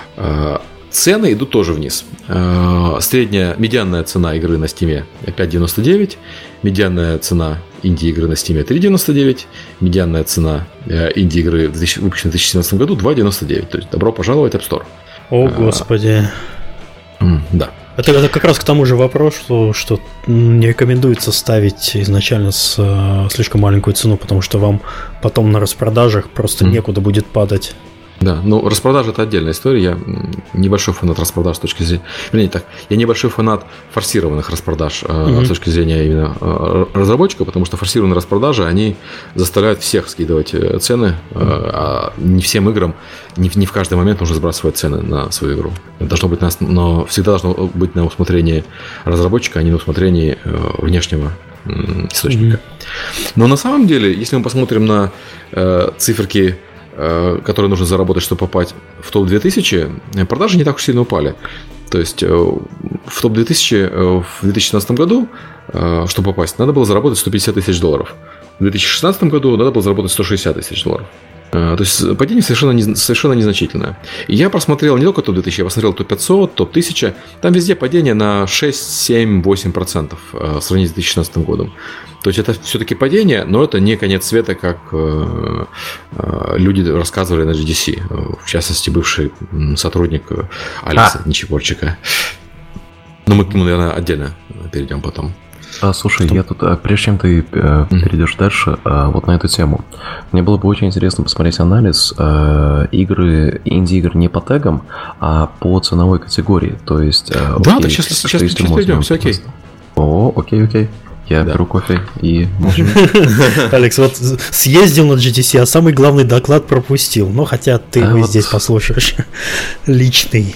Цены идут тоже вниз. Средняя, медианная цена игры на Steam пять девяносто девять, медианная цена инди-игры на Steam три девяносто девять, медианная цена инди-игры, выпущенной в две тысячи семнадцатом году, два девяносто девять. То есть добро пожаловать в App Store. О, господи. А, да. Это, это как раз к тому же вопрос, что, что не рекомендуется ставить изначально с э, слишком маленькую цену, потому что вам потом на распродажах просто mm. некуда будет падать. Да, ну распродажа это отдельная история. Я небольшой фанат распродаж с точки зрения. Вернее, так, я небольшой фанат форсированных распродаж mm-hmm. с точки зрения именно разработчика, потому что форсированные распродажи они заставляют всех скидывать цены, mm-hmm. а не всем играм, не, не в каждый момент нужно сбрасывать цены на свою игру. Должно быть на, но всегда должно быть на усмотрении разработчика, а не на усмотрении внешнего источника. Mm-hmm. Но на самом деле, если мы посмотрим на э, циферки, э, которые нужно заработать, чтобы попасть в топ две тысячи, продажи не так уж сильно упали. То есть э, в топ две тысячи э, в две тысячи шестнадцатом году, э, чтобы попасть, надо было заработать сто пятьдесят тысяч долларов. В две тысячи шестнадцатом году надо было заработать сто шестьдесят тысяч долларов. То есть падение совершенно, не, совершенно незначительное. И я просмотрел не только топ две тысячи, я посмотрел топ пятьсот, топ тысяча. Там везде падение на шесть, семь, восемь процентов в сравнении с две тысячи шестнадцатым годом. То есть это все-таки падение, но это не конец света, как э, э, люди рассказывали на джи ди си. В частности, бывший сотрудник Алекса а. Нечипорчика. Но мы к нему, наверное, отдельно перейдем потом. А, слушай, Что? я тут, прежде чем ты э, перейдешь mm-hmm. дальше, э, вот на эту тему, мне было бы очень интересно посмотреть анализ э, игры, инди-игр не по тегам, а по ценовой категории. То есть, э, да, окей, да, сейчас, сейчас, сейчас перейдем, все окей. О, окей, окей. Я да. беру кофе и... Алекс, вот съездил на джи ти си, а самый главный доклад пропустил. Ну, хотя ты его здесь послушаешь. Личный.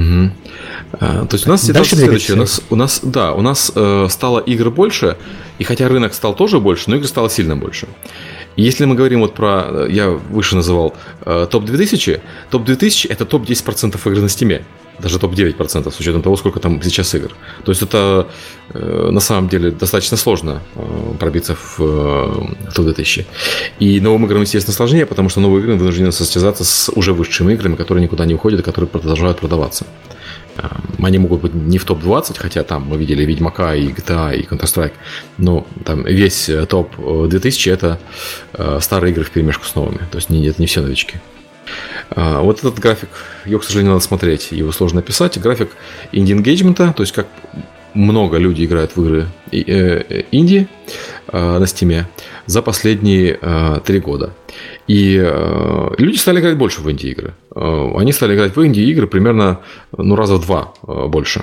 То есть у нас ситуация следующая. У нас, у нас, да, у нас э, стало игр больше, и хотя рынок стал тоже больше, но игр стало сильно больше. И если мы говорим вот про, я выше называл э, топ две тысячи, топ две тысячи это топ десять процентов игр на Steam, даже топ девять процентов с учетом того, сколько там сейчас игр. То есть это э, на самом деле достаточно сложно э, пробиться в, э, в топ две тысячи. И новым играм, естественно, сложнее, потому что новые игры вынуждены состязаться с уже высшими играми, которые никуда не уходят и которые продолжают продаваться. Они могут быть не в топ двадцать, хотя там мы видели Ведьмака и джи ти эй и Counter-Strike, но там весь топ две тысячи это старые игры вперемешку с новыми, то есть это не все новички. Вот этот график, его, к сожалению, надо смотреть, его сложно описать. График инди-энгейджмента, то есть как много людей играют в игры инди на Steam за последние три года. И э, люди стали играть больше в инди-игры. Э, они стали играть в инди-игры примерно ну, раза в два э, больше.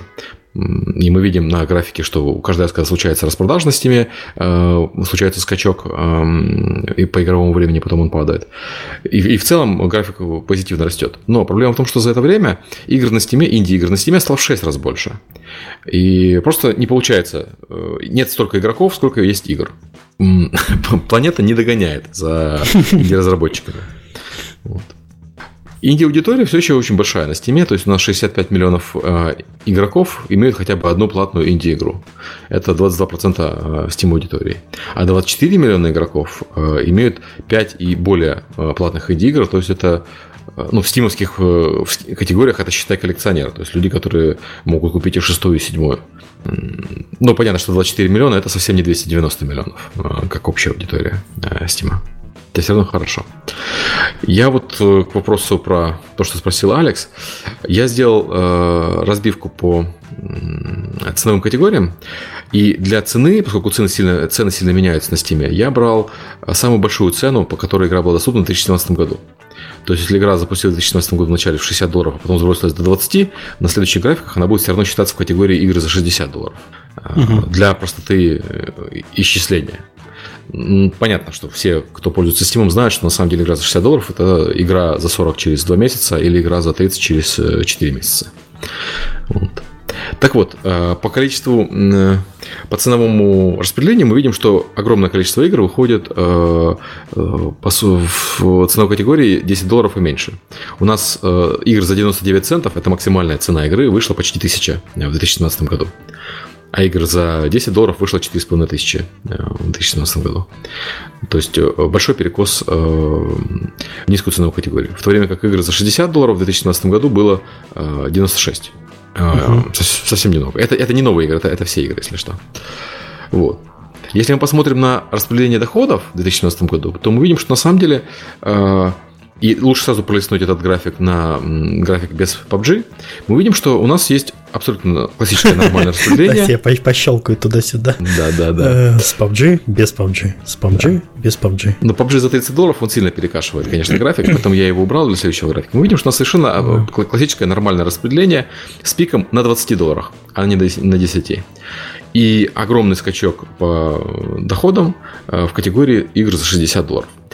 И мы видим на графике, что каждый раз, когда случается распродажа на Steam, э, случается скачок э, и по игровому времени потом он падает. И, и в целом график позитивно растет. Но проблема в том, что за это время игр на Steam, инди-игр на Steam стало в шесть раз больше. И просто не получается. Нет столько игроков, сколько есть игр. Планета не догоняет за инди-разработчиками. Вот. Инди-аудитория все еще очень большая на Steam, то есть у нас шестьдесят пять миллионов э, игроков имеют хотя бы одну платную инди-игру. Это двадцать два процента Steam-аудитории. А двадцать четыре миллиона игроков э, имеют пять и более э, платных инди-игр, то есть это ну, в стимовских э, в категориях это, считай, коллекционеры, то есть люди, которые могут купить и шестую, и седьмую. Ну, понятно, что двадцать четыре миллиона это совсем не двести девяносто миллионов, э, как общая аудитория э, Steam. Это все равно хорошо. Я вот э, к вопросу про то, что спросил Алекс, я сделал э, разбивку по э, ценовым категориям. И для цены, поскольку цены сильно, цены сильно меняются на Steam, я брал самую большую цену, по которой игра была доступна в две тысячи семнадцатом году. То есть, если игра запустилась в две тысячи семнадцатом году в начале в шестьдесят долларов, а потом сбросилась до двадцати, на следующих графиках она будет все равно считаться в категории игры за шестьдесят долларов. Угу. Для простоты исчисления. Понятно, что все, кто пользуется Steam, знают, что на самом деле игра за шестьдесят долларов это игра за сорок через два месяца или игра за тридцать через четыре месяца. Вот. Так вот, по количеству, по ценовому распределению мы видим, что огромное количество игр выходит в ценовой категории десять долларов и меньше. У нас игр за девяносто девять центов, это максимальная цена игры, вышла почти тысяча в две тысячи семнадцатом году. А игр за десять долларов вышло четыре с половиной тысячи в две тысячи семнадцатом году. То есть большой перекос в низкую ценовую категорию. В то время как игр за шестьдесят долларов в две тысячи семнадцатом году было девяносто шесть. Uh-huh. Совсем немного. Это, это не новые игры, это, это все игры, если что. Вот. Если мы посмотрим на распределение доходов в две тысячи семнадцатом году, то мы видим, что на самом деле э, и лучше сразу пролистнуть этот график на график без пабг, мы видим, что у нас есть абсолютно классическое нормальное распределение. Я пощелкаю туда-сюда. Да, да, да. С пабг, без пабг, с пабг, без пабг. Но пабг за тридцать долларов он сильно перекашивает, конечно, график, поэтому я его убрал для следующего графика. Мы видим, что у нас совершенно классическое нормальное распределение с пиком на двадцати долларах, а не на десяти. И огромный скачок по доходам в категории игр за шестьдесят долларов.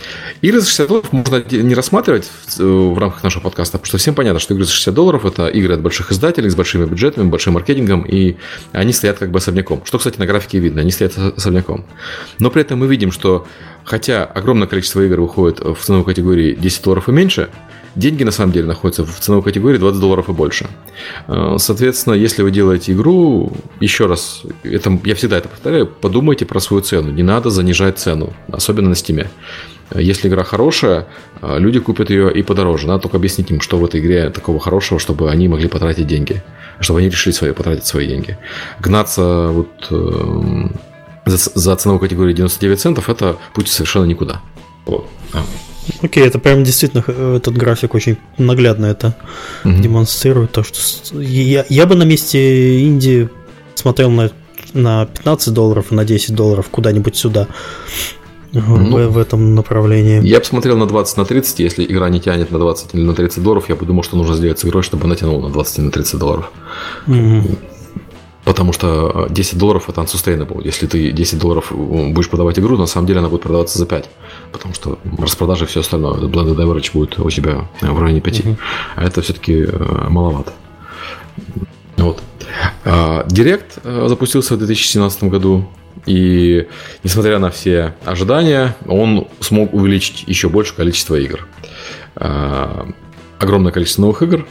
Игры за шестьдесят долларов можно не рассматривать в, в рамках нашего подкаста, потому что всем понятно, что игры за шестьдесят долларов – это игры от больших издателей с большими бюджетами, большим маркетингом, и они стоят как бы особняком. Что, кстати, на графике видно, они стоят особняком. Но при этом мы видим, что хотя огромное количество игр выходит в ценовой категории десять долларов и меньше, деньги на самом деле находятся в ценовой категории двадцать долларов и больше. Соответственно, если вы делаете игру, еще раз, это, я всегда это повторяю, подумайте про свою цену. Не надо занижать цену, особенно на Steam. Если игра хорошая, люди купят ее и подороже. Надо только объяснить им, что в этой игре такого хорошего, чтобы они могли потратить деньги. Чтобы они решили свои, потратить свои деньги. Гнаться вот, э, за, за ценовую категорию девяносто девять центов – это путь совершенно никуда. Вот. Окей, это прям действительно, этот график очень наглядно это mm-hmm. демонстрирует. То, что я, я бы на месте Индии смотрел на, на пятнадцать долларов и на десять долларов куда-нибудь сюда. Ну, в, в этом направлении. Я бы смотрел на двадцать, на тридцать. Если игра не тянет на двадцать или на тридцать долларов, я бы думал, что нужно сделать с игрой, чтобы она тянула на двадцать или на тридцать долларов. Mm-hmm. Потому что десять долларов это unsustainable. Если ты десять долларов будешь продавать игру, на самом деле она будет продаваться за пять. Потому что распродажи и все остальное. Blended average будет у тебя в районе пять. Mm-hmm. А это все-таки маловато. Вот. Direct запустился в две тысячи семнадцатом году. И несмотря на все ожидания, он смог увеличить еще больше количество игр. Огромное количество новых игр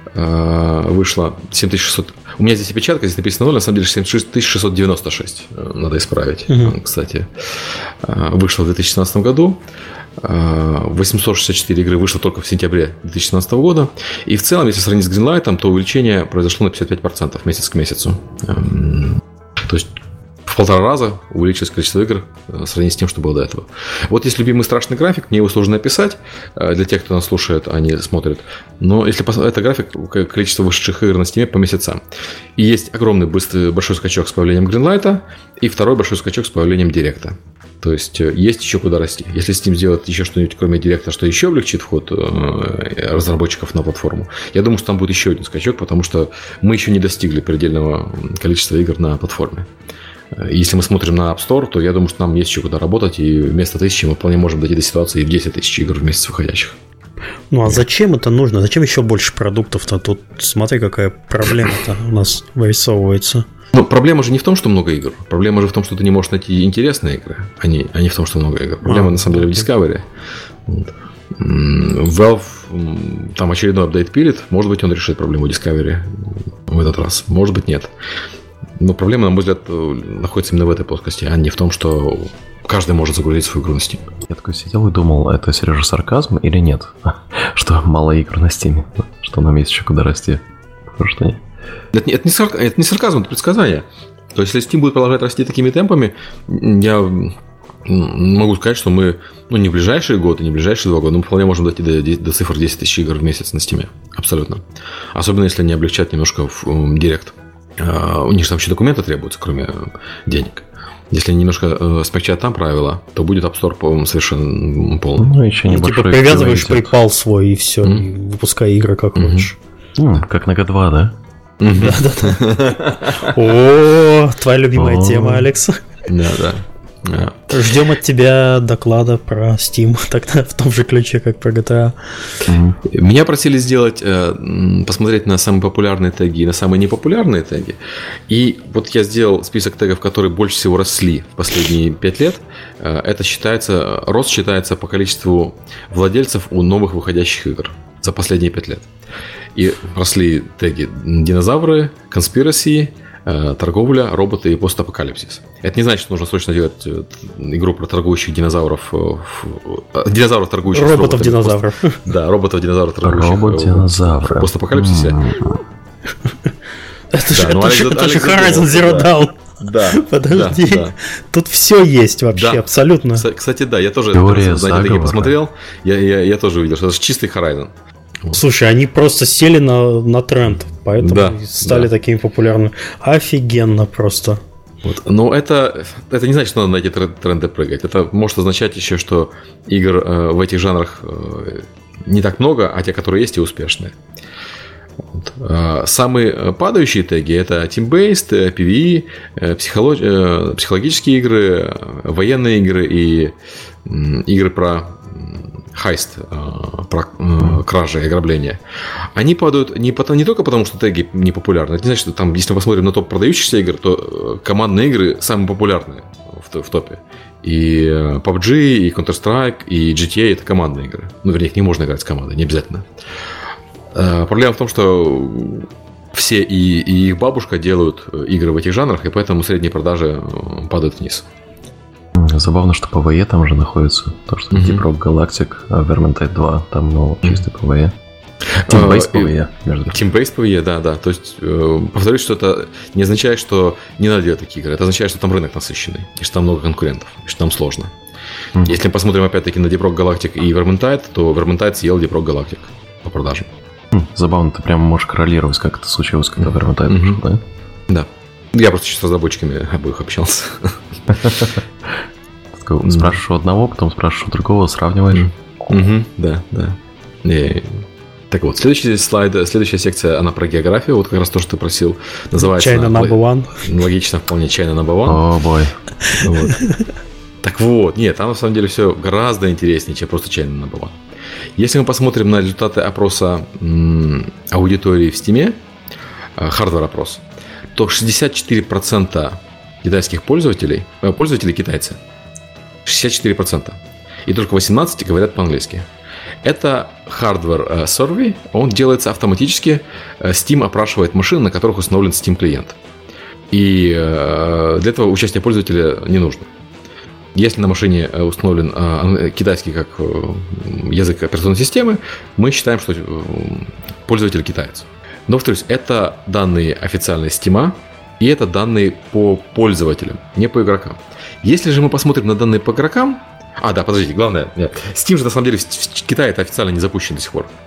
вышло. семь тысяч шестьсот. У меня здесь опечатка, здесь написано ноль, на самом деле семь тысяч шестьсот девяносто шесть. Надо исправить, uh-huh. кстати. Вышло в две тысячи семнадцатом году. восемьсот шестьдесят четыре игры вышло только в сентябре две тысячи семнадцатого года. И в целом, если сравнить с Greenlight, то увеличение произошло на пятьдесят пять процентов месяц к месяцу. То есть в полтора раза увеличилось количество игр в сравнении с тем, что было до этого. Вот есть любимый страшный график, мне его сложно описать для тех, кто нас слушает, а не смотрит. Но если это график количества вышедших игр на Steam по месяцам. И есть огромный быстрый большой скачок с появлением Greenlight и второй большой скачок с появлением Direct. То есть есть еще куда расти. Если Steam сделает еще что-нибудь, кроме Direct, что еще облегчит вход разработчиков на платформу, я думаю, что там будет еще один скачок, потому что мы еще не достигли предельного количества игр на платформе. Если мы смотрим на App Store, то я думаю, что нам есть еще куда работать, и вместо тысячи мы вполне можем дойти до ситуации в десять тысяч игр в месяц выходящих. Ну а зачем это нужно? Зачем еще больше продуктов-то? Тут смотри, какая проблема-то у нас вырисовывается. Ну, проблема же не в том, что много игр. Проблема же в том, что ты не можешь найти интересные игры, а не, а не в том, что много игр. Проблема, а, на самом деле, в Discovery. Вот. Valve там очередной апдейт пилит. Может быть, он решит проблему Discovery в этот раз. Может быть, нет. Но проблема, на мой взгляд, находится именно в этой плоскости, а не в том, что каждый может загрузить свою игру на Steam. Я такой сидел и думал, это, Сережа, сарказм или нет? Что мало игр на Steam, что нам есть еще куда расти. Что нет? Это, это, не сарк... это не сарказм, это предсказание. То есть, если Steam будет продолжать расти такими темпами, я могу сказать, что мы, ну, не в ближайшие годы, не в ближайшие два года, но мы вполне можем дойти до, до цифр десять тысяч игр в месяц на Steam. Абсолютно. Особенно, если они облегчат немножко в Direct. У них же там еще документы требуются, кроме денег. Если немножко э, смягчать там правила, то будет App Store, по-моему, совершенно полный. Ну, еще не типа привязываешь PayPal свой и все, mm-hmm. и выпускай игры как mm-hmm. хочешь. Mm, как на джи два, да? Да-да-да. О, твоя любимая тема, Алекс. Да-да. Ждем от тебя доклада про Steam тогда в том же ключе, как про джи ти эй. Mm-hmm. Меня просили сделать, посмотреть на самые популярные теги и на самые непопулярные теги. И вот я сделал список тегов, которые больше всего росли в последние пять лет. Это считается, рост считается по количеству владельцев у новых выходящих игр за последние пять лет. И росли теги динозавры, conspiracy, торговля, роботы и постапокалипсис. Это не значит, что нужно срочно делать игру про торгующих динозавров. Динозавров, торгующих роботов-динозавров. Пост... Да, роботов-динозавров, торгующих робот-динозавры. в постапокалипсисе. Это же Horizon Zero Dawn. Да. Подожди. Да, да. Тут все есть вообще, да. Абсолютно. Кстати, да, я тоже это посмотрел. Я, я, я тоже увидел, что это чистый Horizon. Слушай, они просто сели на, на тренд, поэтому да, стали да. такими популярными. Офигенно просто. Вот. Но это, это не значит, что надо на эти тренды прыгать. Это может означать еще, что игр э, в этих жанрах э, не так много, а те, которые есть, и успешные. Вот. Самые падающие теги – это team-based, пи ви и, психолог... психологические игры, военные игры и игры про хайст, кражи и ограбления, они падают не, потому, не только потому, что теги не популярны. Это не значит, что там, если мы посмотрим на топ продающихся игр, то командные игры самые популярные в, в топе. И пабг, и Counter-Strike, и джи ти эй это командные игры. Ну, вернее, их не можно играть с командой, не обязательно. Проблема в том, что все и, и их бабушка делают игры в этих жанрах, и поэтому средние продажи падают вниз. Забавно, что ПВЕ там же находится. То, что mm-hmm. Deep Rock Galactic, Vermintide два, там ну, чистый ПВЕ. Team-based ПВЕ, между прочим. Team-based ПВЕ, да, да. То есть, повторюсь, что это не означает, что не надо делать такие игры. Это означает, что там рынок насыщенный, и что там много конкурентов, и что там сложно. Mm-hmm. Если мы посмотрим опять-таки на Deep Rock Galactic и Vermintide, то Vermintide съел Deep Rock Galactic по продажам. Забавно, ты прямо можешь коррелировать, как это случилось, когда Vermintide mm-hmm. вышел, да? Да. Я просто сейчас с разработчиками обоих общался. Спрашиваешь у одного, потом спрашиваешь у другого, сравниваешь. Да, да. Так вот, следующий слайд, следующая секция, она про географию. Вот как раз то, что ты просил. Называется... China number one. Логично, вполне China number one. О, бой. Так вот, нет, там на самом деле все гораздо интереснее, чем просто China number one. Если мы посмотрим на результаты опроса м, аудитории в Steam, хардвер-опрос, то шестьдесят четыре процента китайских пользователей, э, пользователей китайцы, шестьдесят четыре процента, и только восемнадцать процентов говорят по-английски. Это hardware survey, он делается автоматически, Steam опрашивает машины, на которых установлен Steam клиент. И э, для этого участие пользователя не нужно. Если на машине установлен китайский как язык операционной системы, мы считаем, что пользователь китаец. Но, повторюсь, это данные официальные Steam, и это данные по пользователям, не по игрокам. Если же мы посмотрим на данные по игрокам... А, да, подождите, главное, нет. Steam же, на самом деле, в Китае это официально не запущен до сих пор.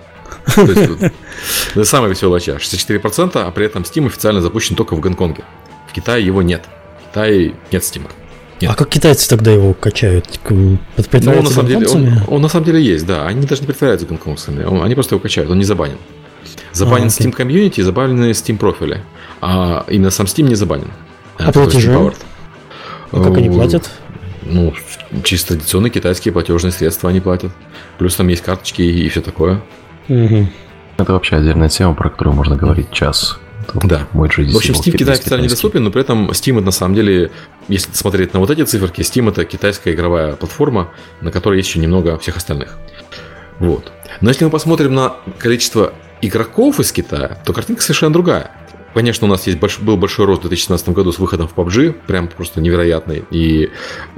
Это самая веселая часть. шестьдесят четыре процента, а при этом Steam официально запущен только в Гонконге. В Китае его нет. В Китае нет Steam. Нет. А как китайцы тогда его качают? Ну, он, на самом деле, он, он на самом деле есть, да. Они даже не притворяются гонконгцами. Он, они просто его качают, он не забанен. Забанен а, Steam Community, забанены Steam профили. А именно сам Steam не забанен. А платежи? А как они платят? Ну, чисто традиционные китайские платежные средства они платят. Плюс там есть карточки и, и все такое. Угу. Это вообще отдельная тема, про которую можно говорить час. Да. Мой джи ди си в общем, Steam в Китае официально недоступен, но при этом Steam это на самом деле, если смотреть на вот эти циферки, Steam это китайская игровая платформа, на которой есть еще немного всех остальных. Вот. Но если мы посмотрим на количество игроков из Китая, то картинка совершенно другая. Конечно, у нас есть больш... был большой рост в две тысячи шестнадцатом году с выходом в пабг, прям просто невероятный. И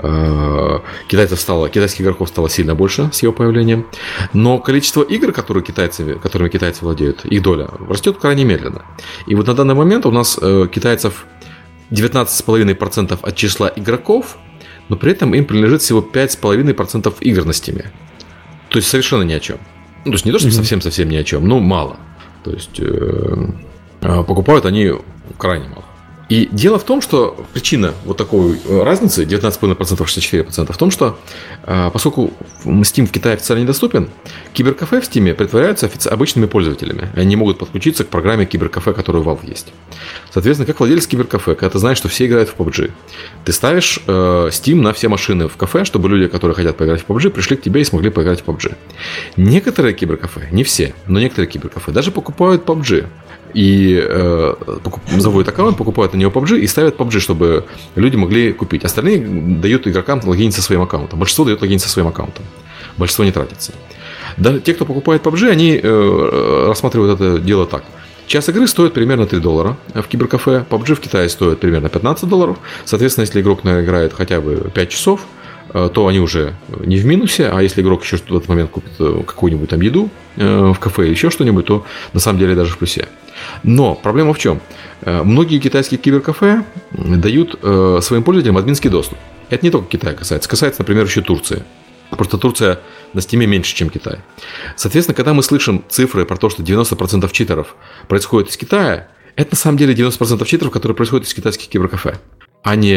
э, китайцев стало, китайских игроков стало сильно больше с его появлением. Но количество игр, которые китайцы, которыми китайцы владеют, их доля растет крайне медленно. И вот на данный момент у нас э, китайцев девятнадцать целых пять десятых процента от числа игроков, но при этом им принадлежит всего пять целых пять десятых процента игр на Steam. То есть совершенно ни о чем. Ну, то есть не то, что совсем-совсем ни о чем, но мало. То есть... Э, покупают они крайне мало. И дело в том, что причина вот такой разницы девятнадцать целых пять десятых процента, шестьдесят четыре процента в том, что поскольку Steam в Китае официально недоступен, киберкафе в Steam притворяются обычными пользователями. Они не могут подключиться к программе киберкафе, которая у Valve есть. Соответственно, как владелец киберкафе, когда ты знаешь, что все играют в пабг, ты ставишь Steam на все машины в кафе, чтобы люди, которые хотят поиграть в пабг, пришли к тебе и смогли поиграть в пабг. Некоторые киберкафе, не все, но некоторые киберкафе даже покупают пабг. И э, покуп, заводят аккаунт, покупают на него пабг и ставят пабг, чтобы люди могли купить. Остальные дают игрокам логинить со своим аккаунтом. Большинство дает логинить со своим аккаунтом. Большинство не тратится. Да, те, кто покупает пабг, они э, рассматривают это дело так. Час игры стоит примерно три доллара в киберкафе. пабг в Китае стоит примерно пятнадцать долларов. Соответственно, если игрок играет хотя бы пять часов, то они уже не в минусе, а если игрок еще в этот момент купит какую-нибудь там еду в кафе или еще что-нибудь, то на самом деле даже в плюсе. Но проблема в чем? Многие китайские киберкафе дают своим пользователям админский доступ. Это не только Китая касается. Касается, например, еще Турции. Просто Турция на Steam меньше, чем Китай. Соответственно, когда мы слышим цифры про то, что девяносто процентов читеров происходит из Китая, это на самом деле девяносто процентов читеров, которые происходят из китайских киберкафе, а не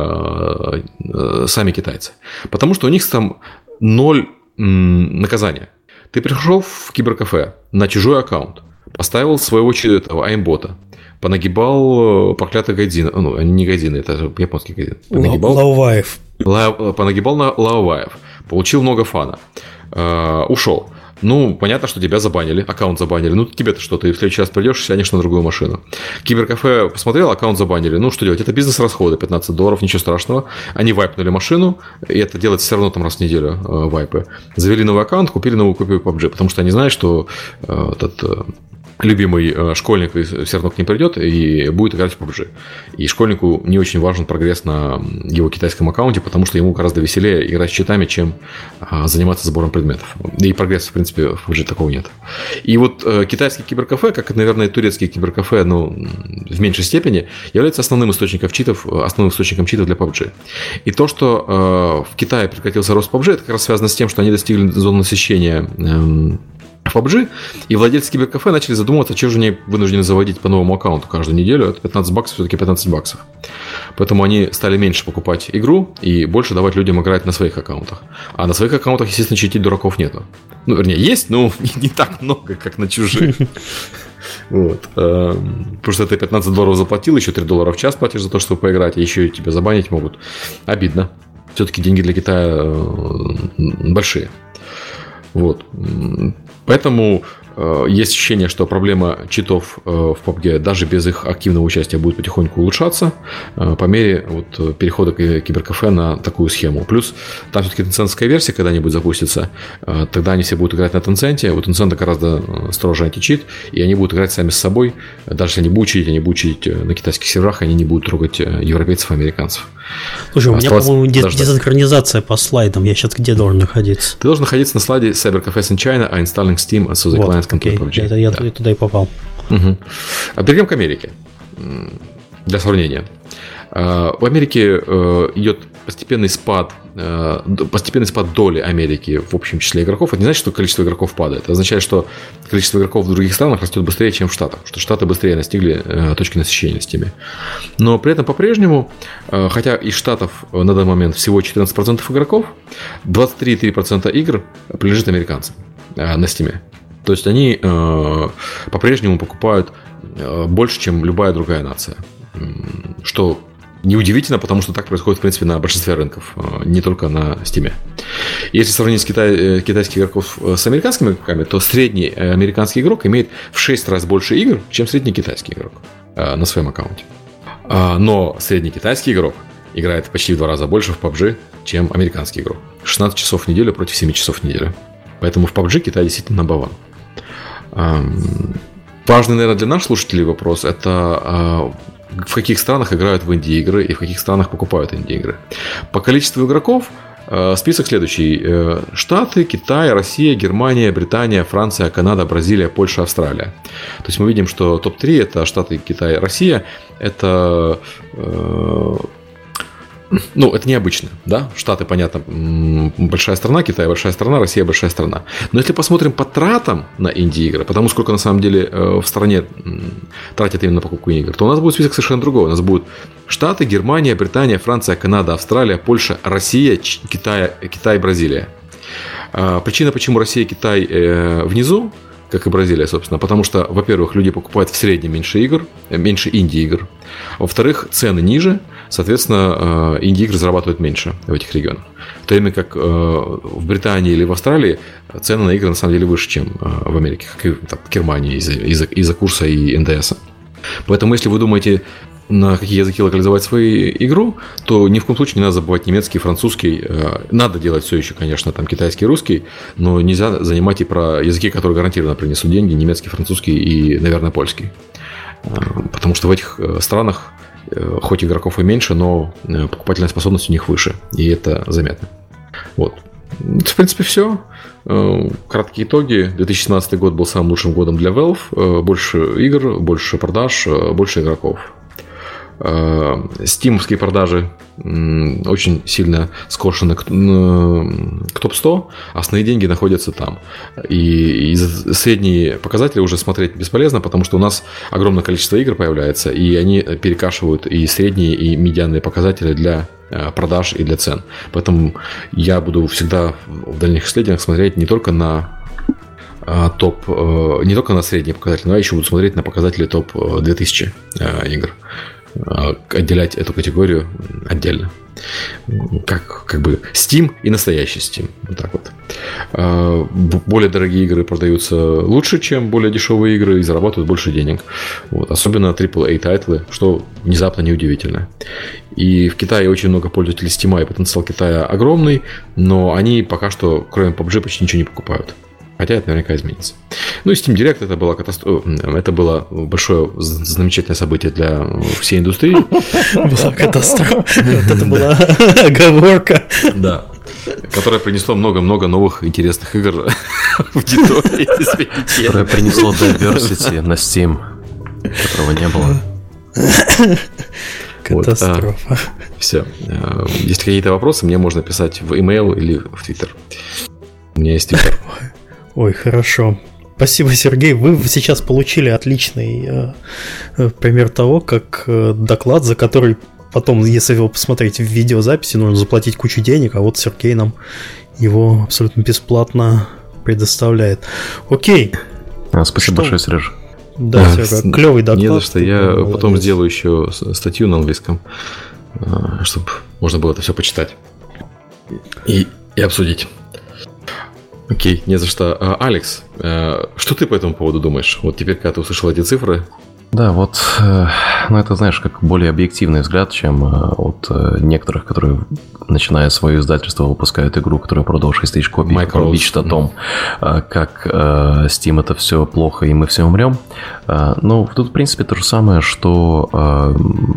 э, сами китайцы. Потому что у них там ноль м, наказания. Ты пришел в киберкафе на чужой аккаунт, поставил своего этого аймбота, понагибал проклятых гайдинов. Ну, они не гайдины, это японские гайдины. Понагибал... Лауваев. понагибал на лаоваев, получил много фана, ушел. Ну, понятно, что тебя забанили, аккаунт забанили. Ну, тебе-то что, ты в следующий раз придешь и сядешь на другую машину. Киберкафе посмотрел, аккаунт забанили. Ну, что делать? Это бизнес-расходы, пятнадцать долларов, ничего страшного. Они вайпнули машину, и это делается все равно там раз в неделю, э, вайпы. Завели новый аккаунт, купили новую копию пабг, потому что они знают, что э, этот... Э, любимый школьник все равно к ним придет и будет играть в пабг. И школьнику не очень важен прогресс на его китайском аккаунте, потому что ему гораздо веселее играть с читами, чем заниматься сбором предметов. И прогресса, в принципе, в пабг такого нет. И вот китайские киберкафе, как, наверное, и турецкие киберкафе, но в меньшей степени, являются основным источником читов, основным источником читов для пабг. И то, что в Китае прекратился рост пабг, это как раз связано с тем, что они достигли зоны насыщения в пабг, и владельцы киберкафе начали задумываться, что же они вынуждены заводить по новому аккаунту каждую неделю. Это пятнадцать баксов, все-таки пятнадцать баксов. Поэтому они стали меньше покупать игру и больше давать людям играть на своих аккаунтах. А на своих аккаунтах, естественно, читить дураков нету. Ну, вернее, есть, но не так много, как на чужих. Вот. Потому что ты пятнадцать долларов заплатил, еще три доллара в час платишь за то, чтобы поиграть, и еще и тебя забанить могут. Обидно. Все-таки деньги для Китая большие. Вот. Поэтому э, есть ощущение, что проблема читов э, в пабг даже без их активного участия будет потихоньку улучшаться э, по мере вот, перехода киберкафе на такую схему. Плюс там все-таки тенцентская версия когда-нибудь запустится, э, тогда они все будут играть на Тенценте. У Тенцента гораздо строже античит, и они будут играть сами с собой. Даже если они будут читить, они будут читить на китайских серверах, они не будут трогать европейцев и американцев. Слушай, у меня, по-моему, дезинхронизация по слайдам. Я сейчас где должен находиться? Ты должен находиться на слайде CyberCafes in China, а installing Steam so the вот, clients can play пабг. Я, я да. туда и попал. Угу. Перейдем к Америке. Для сравнения. В Америке идет постепенный спад, постепенный спад доли Америки в общем числе игроков. Это не значит, что количество игроков падает. Это означает, что количество игроков в других странах растет быстрее, чем в Штатах. Что Штаты быстрее достигли точки насыщения Steam. Но при этом по-прежнему, хотя из Штатов на данный момент всего четырнадцать процентов игроков, двадцать три целых три десятых процента игр принадлежит американцам на Steam. То есть они по-прежнему покупают больше, чем любая другая нация. Что неудивительно, потому что так происходит, в принципе, на большинстве рынков, не только на Steam. Если сравнить с Китай, китайских игроков с американскими игроками, то средний американский игрок имеет в шесть раз больше игр, чем средний китайский игрок на своем аккаунте. Но средний китайский игрок играет почти в два раза больше в пабг, чем американский игрок. шестнадцать часов в неделю против семи часов в неделю. Поэтому в пабг Китай действительно number one. Важный, наверное, для наших слушателей вопрос – это в каких странах играют в инди-игры и в каких странах покупают инди-игры. По количеству игроков список следующий. Штаты, Китай, Россия, Германия, Британия, Франция, Канада, Бразилия, Польша, Австралия. То есть мы видим, что топ три – это Штаты, Китай, Россия. Это... Ну, это необычно, да? Штаты, понятно, большая страна, Китай большая страна, Россия большая страна. Но если посмотрим по тратам на инди-игры, потому сколько на самом деле в стране тратят именно на покупку игр, то у нас будет список совершенно другой. У нас будут Штаты, Германия, Британия, Франция, Канада, Австралия, Польша, Россия, Китай, Китай, Бразилия. Причина, почему Россия и Китай внизу, как и Бразилия, собственно, потому что, во-первых, люди покупают в среднем меньше игр, меньше инди-игр. Во-вторых, цены ниже, соответственно, инди-игры зарабатывают меньше в этих регионах. В то время как в Британии или в Австралии цены на игры на самом деле выше, чем в Америке, как и в Германии из-за, из-за, из-за курса и эн дэ эса. Поэтому, если вы думаете, на какие языки локализовать свою игру, то ни в коем случае не надо забывать немецкий, французский. Надо делать все еще, конечно, там китайский, русский, но нельзя занимать и про языки, которые гарантированно принесут деньги, немецкий, французский и, наверное, польский. Потому что в этих странах хоть игроков и меньше, но покупательная способность у них выше, и это заметно. Вот. В принципе, все. Краткие итоги. две тысячи семнадцатый год был самым лучшим годом для Valve. Больше игр, больше продаж, больше игроков. Стимовские продажи очень сильно скошены к топ сто, основные деньги находятся там. И средние показатели уже смотреть бесполезно, потому что у нас огромное количество игр появляется, и они перекашивают и средние, и медианные показатели для продаж и для цен. Поэтому я буду всегда в дальних исследованиях смотреть не только на топ, не только на средние показатели, но я еще буду смотреть на показатели топ две тысячи игр. Отделять эту категорию отдельно. как, как бы Steam и настоящий Steam. Вот так вот. Более дорогие игры продаются лучше, чем более дешевые игры, и зарабатывают больше денег. Вот. Особенно трипл эй тайтлы, что внезапно неудивительно. И в Китае очень много пользователей Steam, и потенциал Китая огромный, но они пока что, кроме пабг, почти ничего не покупают. Хотя это наверняка изменится. Ну и Steam Direct это было, катастро... это было большое, замечательное событие для всей индустрии. Была катастрофа. Это была оговорка. Да. Которое принесло много-много новых интересных игр в аудитории. Которое принесло diversity на Steam, которого не было. Катастрофа. Все. Если какие-то вопросы, мне можно писать в email или в Twitter. У меня есть Twitter. Ой, хорошо. Спасибо, Сергей. Вы сейчас получили отличный э, пример того, как э, доклад, за который потом, если его посмотреть в видеозаписи, нужно заплатить кучу денег, а вот Сергей нам его абсолютно бесплатно предоставляет. Окей. А, спасибо что? большое, Сереж. Да, а, Серега, клевый доклад. Не за что. Я молодец. Потом сделаю еще статью на английском, чтобы можно было это все почитать и, и обсудить. Окей, не за что. А, Алекс, что ты по этому поводу думаешь? Вот теперь, когда ты услышал эти цифры. Да, вот, ну это, знаешь, как более объективный взгляд, чем от некоторых, которые, начиная свое издательство, выпускают игру, которая продала шесть тысяч копий, мечт о том, как Steam это все плохо и мы все умрем. Ну, тут, в принципе, то же самое, что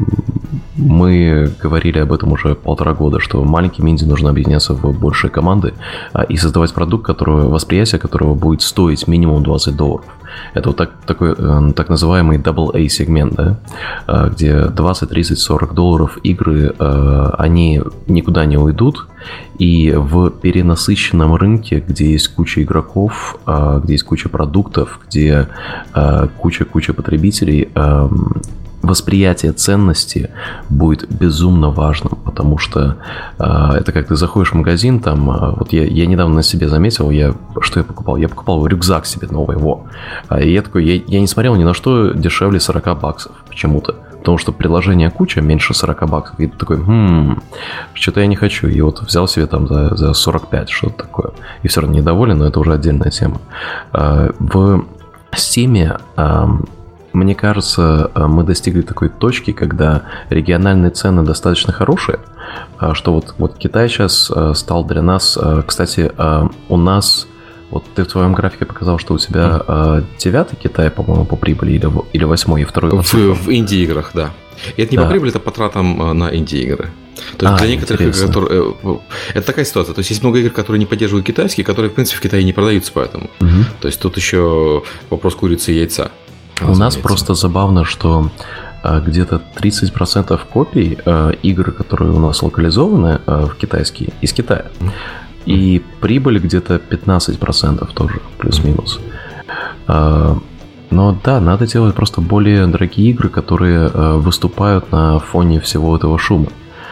мы говорили об этом уже полтора года, что маленьким инди нужно объединяться в большие команды и создавать продукт, которого, восприятие которого будет стоить минимум двадцать долларов. Это вот так, такой так называемый дабл эй сегмент, да, где двадцать, тридцать, сорок долларов игры, они никуда не уйдут, и в перенасыщенном рынке, где есть куча игроков, где есть куча продуктов, где куча-куча потребителей, восприятие ценности будет безумно важным, потому что э, это как ты заходишь в магазин, там, э, вот я, я недавно на себе заметил, я, что я покупал? Я покупал рюкзак себе новый, во. И я такой, я, я не смотрел ни на что дешевле сорок баксов почему-то, потому что приложение куча меньше сорок баксов, и ты такой, хм, что-то я не хочу, и вот взял себе там за, за сорок пять, что-то такое, и все равно недоволен, но это уже отдельная тема. Э, в Steam э, мне кажется, мы достигли такой точки, когда региональные цены достаточно хорошие, что вот, вот Китай сейчас стал для нас... Кстати, у нас... Вот ты в твоем графике показал, что у тебя девятый Китай, по-моему, по прибыли, или, или восьмой, и второй... В, в инди-играх, да. И это не да. по прибыли, это по тратам на инди-игры. То есть а, для некоторых игр, которые... Это такая ситуация. То есть есть много игр, которые не поддерживают китайские, которые, в принципе, в Китае не продаются, поэтому. Угу. То есть тут еще вопрос курицы и яйца. У нас просто забавно, что а, где-то тридцать процентов копий а, игр, которые у нас локализованы а, в китайские, из Китая. И прибыль где-то пятнадцать процентов тоже, плюс-минус. А, но да, надо делать просто более дорогие игры, которые а, выступают на фоне всего этого шума.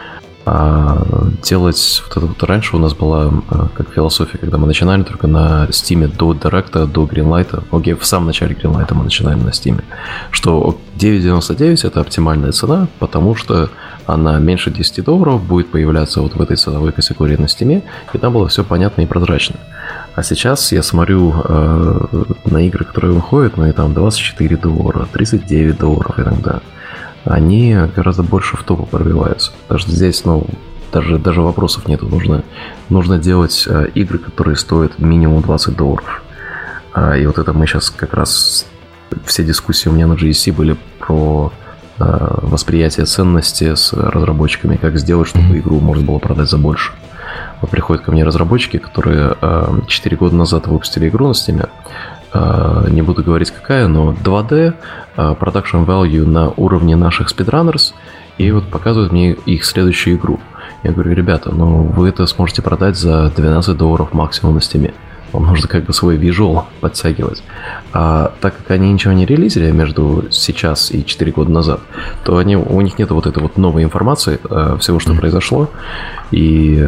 А делать вот это вот раньше у нас была как философия, когда мы начинали только на Steam до Direct, до Greenlight. Окей, в самом начале Greenlight мы начинали на Steam, что девять девяносто девять это оптимальная цена, потому что она меньше десять долларов будет появляться вот в этой ценовой категории на Steam, и там было все понятно и прозрачно. А сейчас я смотрю э, на игры, которые выходят, ну и там двадцать четыре доллара, тридцать девять долларов иногда. Они гораздо больше в топу пробиваются. Даже здесь, ну, даже, даже вопросов нету. Нужно, нужно делать э, игры, которые стоят минимум двадцать долларов. А, и вот это мы сейчас как раз... Все дискуссии у меня на джи эс си были про э, восприятие ценности с разработчиками, как сделать, чтобы игру можно было продать за больше. Вот приходят ко мне разработчики, которые э, четыре года назад выпустили игру на Steam. Не буду говорить какая, но два дэ, production value на уровне наших speedrunners, и вот показывают мне их следующую игру. Я говорю, ребята, ну вы это сможете продать за двенадцать долларов максимум на Steam. Вам нужно как бы свой визуал подтягивать. А так как они ничего не релизили между сейчас и четыре года назад, то они, у них нет вот этой вот новой информации всего, что mm-hmm. произошло, и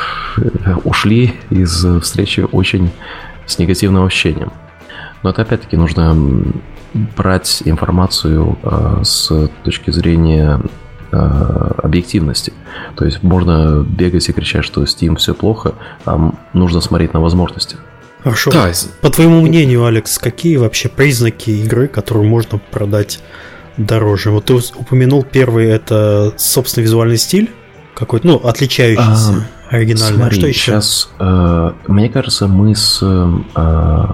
ушли из встречи очень с негативным ощущением. Но это опять-таки нужно брать информацию э, с точки зрения объективности. То есть можно бегать и кричать, что Steam все плохо, а нужно смотреть на возможности. Хорошо. Да. По твоему мнению, Алекс, какие вообще признаки игры, которую можно продать дороже? Вот ты упомянул первый, это собственный визуальный стиль какой-то, ну, отличающийся, а, оригинальный. Смотри, а что еще? Сейчас, э, мне кажется, мы с... Э,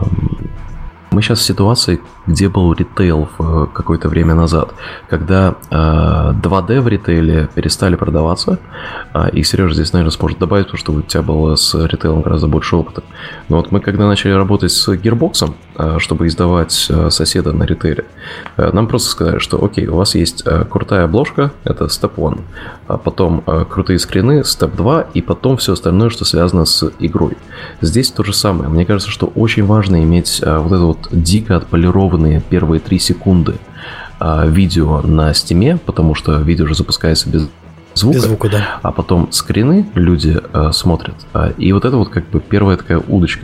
Мы сейчас в ситуации, где был ритейл в какое-то время назад, когда э, два дэ в ритейле перестали продаваться, э, и Сережа здесь, наверное, сможет добавить, потому что у тебя было с ритейлом гораздо больше опыта. Но вот мы, когда начали работать с Gearbox, э, чтобы издавать э, соседа на ритейле, э, нам просто сказали, что окей, у вас есть э, крутая обложка, это степ один, а потом э, крутые скрины, степ два, и потом все остальное, что связано с игрой. Здесь то же самое. Мне кажется, что очень важно иметь э, вот это вот дико отполированные первые три секунды а, видео на Steam, потому что видео уже запускается без звука, без звука, да. А потом скрины люди а, смотрят, а, и вот это вот как бы первая такая удочка.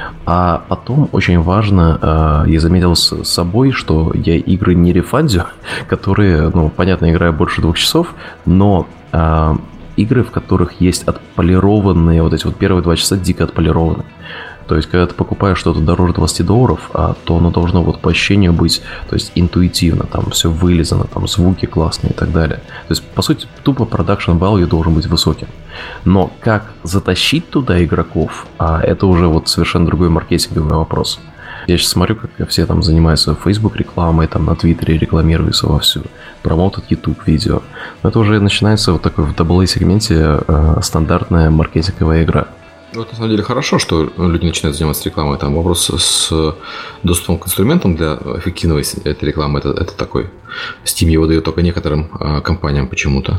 А потом очень важно, а, я заметил с собой, что я игры не рефандю, которые, ну, понятно, играю больше двух часов, но а, игры, в которых есть отполированные, вот эти вот первые два часа дико отполированы. То есть, когда ты покупаешь что-то дороже двадцать долларов, а, то оно должно вот по ощущению быть, то есть, интуитивно, там все вылизано, там звуки классные и так далее. То есть, по сути, тупо продакшн value должен быть высоким. Но как затащить туда игроков, а это уже вот совершенно другой маркетинговый вопрос. Я сейчас смотрю, как все там занимаются Facebook рекламой, там на Твиттере рекламируются вовсю, промотят YouTube видео. Но это уже начинается вот такой в дабл эй сегменте э, стандартная маркетинговая игра. Вот на самом деле хорошо, что люди начинают заниматься рекламой. Там вопрос с доступом к инструментам для эффективной этой рекламы. Это, это такой. Steam его дает только некоторым а, компаниям почему-то.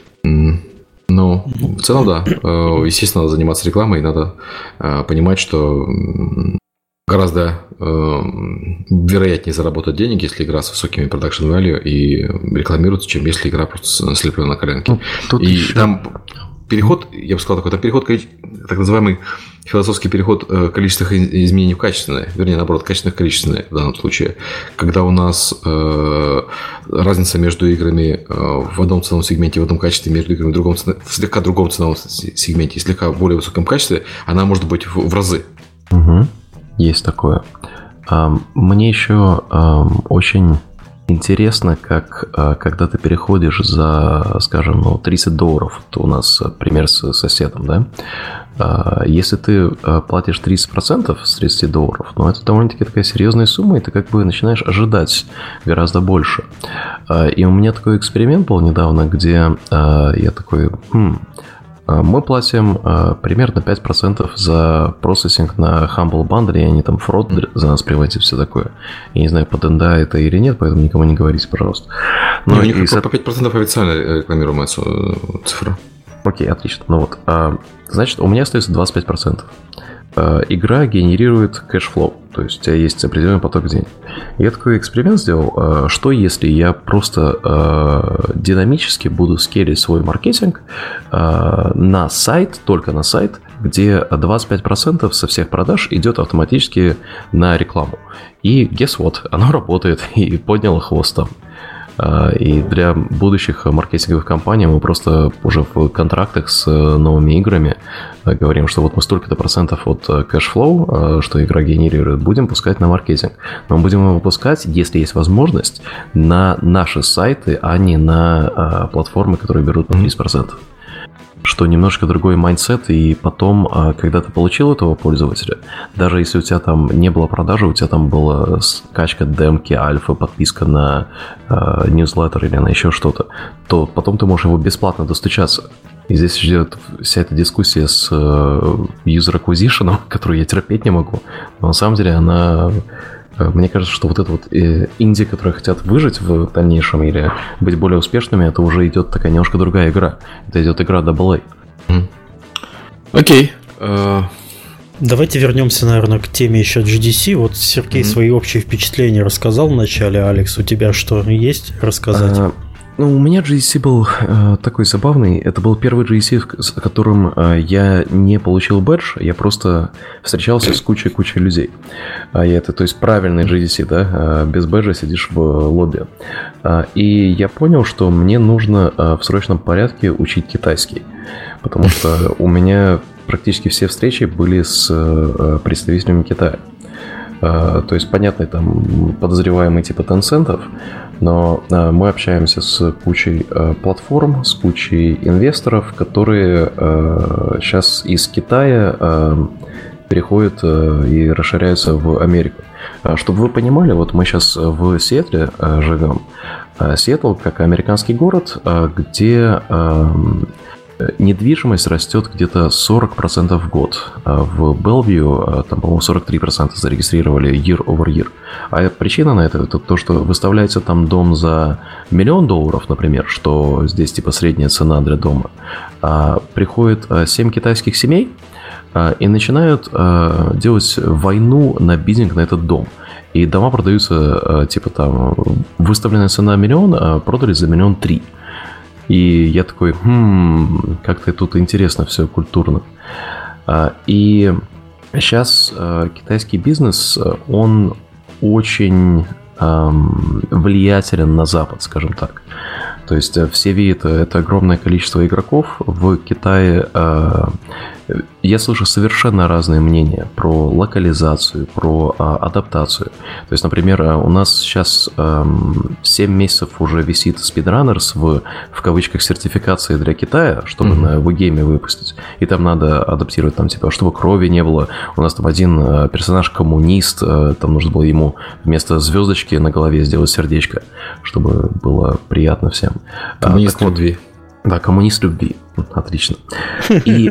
Но в целом, да. Естественно, надо заниматься рекламой. И надо а, понимать, что гораздо э, вероятнее заработать денег, если игра с высокими продакшн value и рекламируется, чем если игра просто слеплена на коленке. Ну, и еще... там... Переход, я бы сказал, такой, там переход, так называемый философский переход количественных изменений в качественное, вернее, наоборот, качественных в количественное в данном случае, когда у нас э, разница между играми э, в одном ценовом сегменте, в одном качестве, между играми в, другом, в слегка другом ценовом сегменте и слегка в более высоком качестве, она может быть в, в разы. Угу. Есть такое. Мне еще очень... интересно, как когда ты переходишь за, скажем, ну, тридцать долларов, то у нас пример с соседом, да? Если ты платишь тридцать процентов с тридцати долларов, ну, это довольно-таки такая серьезная сумма, и ты как бы начинаешь ожидать гораздо больше. И у меня такой эксперимент был недавно, где я такой... Хм, мы платим э, примерно пять процентов за процессинг на Humble Bundle, и они там фрод за нас приводят, все такое. Я не знаю, под эн ди эй это или нет, поэтому никому не говорите, пожалуйста. Но ну, у них и... по пять процентов официально рекламируемая цифра. Окей, отлично. Ну вот, а, значит, у меня остается двадцать пять процентов. А, игра генерирует кэшфлоу, то есть у тебя есть определенный поток денег. Я такой эксперимент сделал, а, что если я просто а, динамически буду скейлить свой маркетинг а, на сайт, только на сайт, где двадцать пять процентов со всех продаж идет автоматически на рекламу. И guess what? Оно работает и подняло хвост там. И для будущих маркетинговых компаний мы просто уже в контрактах с новыми играми говорим, что вот мы столько-то процентов от кэшфлоу, что игра генерирует, будем пускать на маркетинг. Но мы будем его выпускать, если есть возможность, на наши сайты, а не на платформы, которые берут по тридцать процентов. Что немножко другой майндсет, и потом, когда ты получил этого пользователя, даже если у тебя там не было продажи, у тебя там была скачка демки, альфа, подписка на э, ньюслеттер или на еще что-то, то потом ты можешь его бесплатно достучаться. И здесь идет вся эта дискуссия с э, user acquisition, которую я терпеть не могу, но на самом деле она... Мне кажется, что вот это вот инди, которые хотят выжить в дальнейшем или быть более успешными, это уже идет такая немножко другая игра. Это идет игра дабл эй. Окей. Давайте вернемся, наверное, к теме еще джи ди си. Вот Сергей mm-hmm. свои общие впечатления рассказал в начале. Алекс, у тебя что есть рассказать? Ну, у меня джи ди си был э, такой забавный. Это был первый джи ди си, с которым э, я не получил бэдж, я просто встречался с кучей-кучей людей. А это, то есть, правильный джи ди си, да, э, без бэджа сидишь в лобби. А, и я понял, что мне нужно э, в срочном порядке учить китайский, потому что у меня практически все встречи были с э, представителями Китая. Uh, то есть, понятно, там подозреваемые типа Tencent'ов, но uh, мы общаемся с кучей uh, платформ, с кучей инвесторов, которые uh, сейчас из Китая uh, переходят uh, и расширяются в Америку. Uh, чтобы вы понимали, вот мы сейчас в Сиэтле uh, живем. Uh, Сиэтл как американский город, uh, где uh, недвижимость растет где-то сорок процентов в год. В Белвью там, по-моему, сорок три процента зарегистрировали year over year. А причина на это, это то, что выставляется там дом за миллион долларов, например, что здесь типа средняя цена для дома. А приходит семь китайских семей и начинают делать войну на биддинг на этот дом. И дома продаются, типа там, выставленная цена миллион, а продали за миллион три. И я такой, хм, как-то тут интересно все культурно. И сейчас китайский бизнес, он очень влиятелен на Запад, скажем так. То есть все видят это огромное количество игроков в Китае. Я слышу совершенно разные мнения про локализацию, про адаптацию. То есть, например, у нас сейчас семь месяцев уже висит Speedrunners в, в кавычках сертификации для Китая, чтобы mm-hmm. на Wargame выпустить. И там надо адаптировать, там, типа, чтобы крови не было. У нас там один персонаж коммунист, там нужно было ему вместо звездочки на голове сделать сердечко, чтобы было приятно всем. Коммунист а, любви. Вот, да, коммунист любви. Отлично. И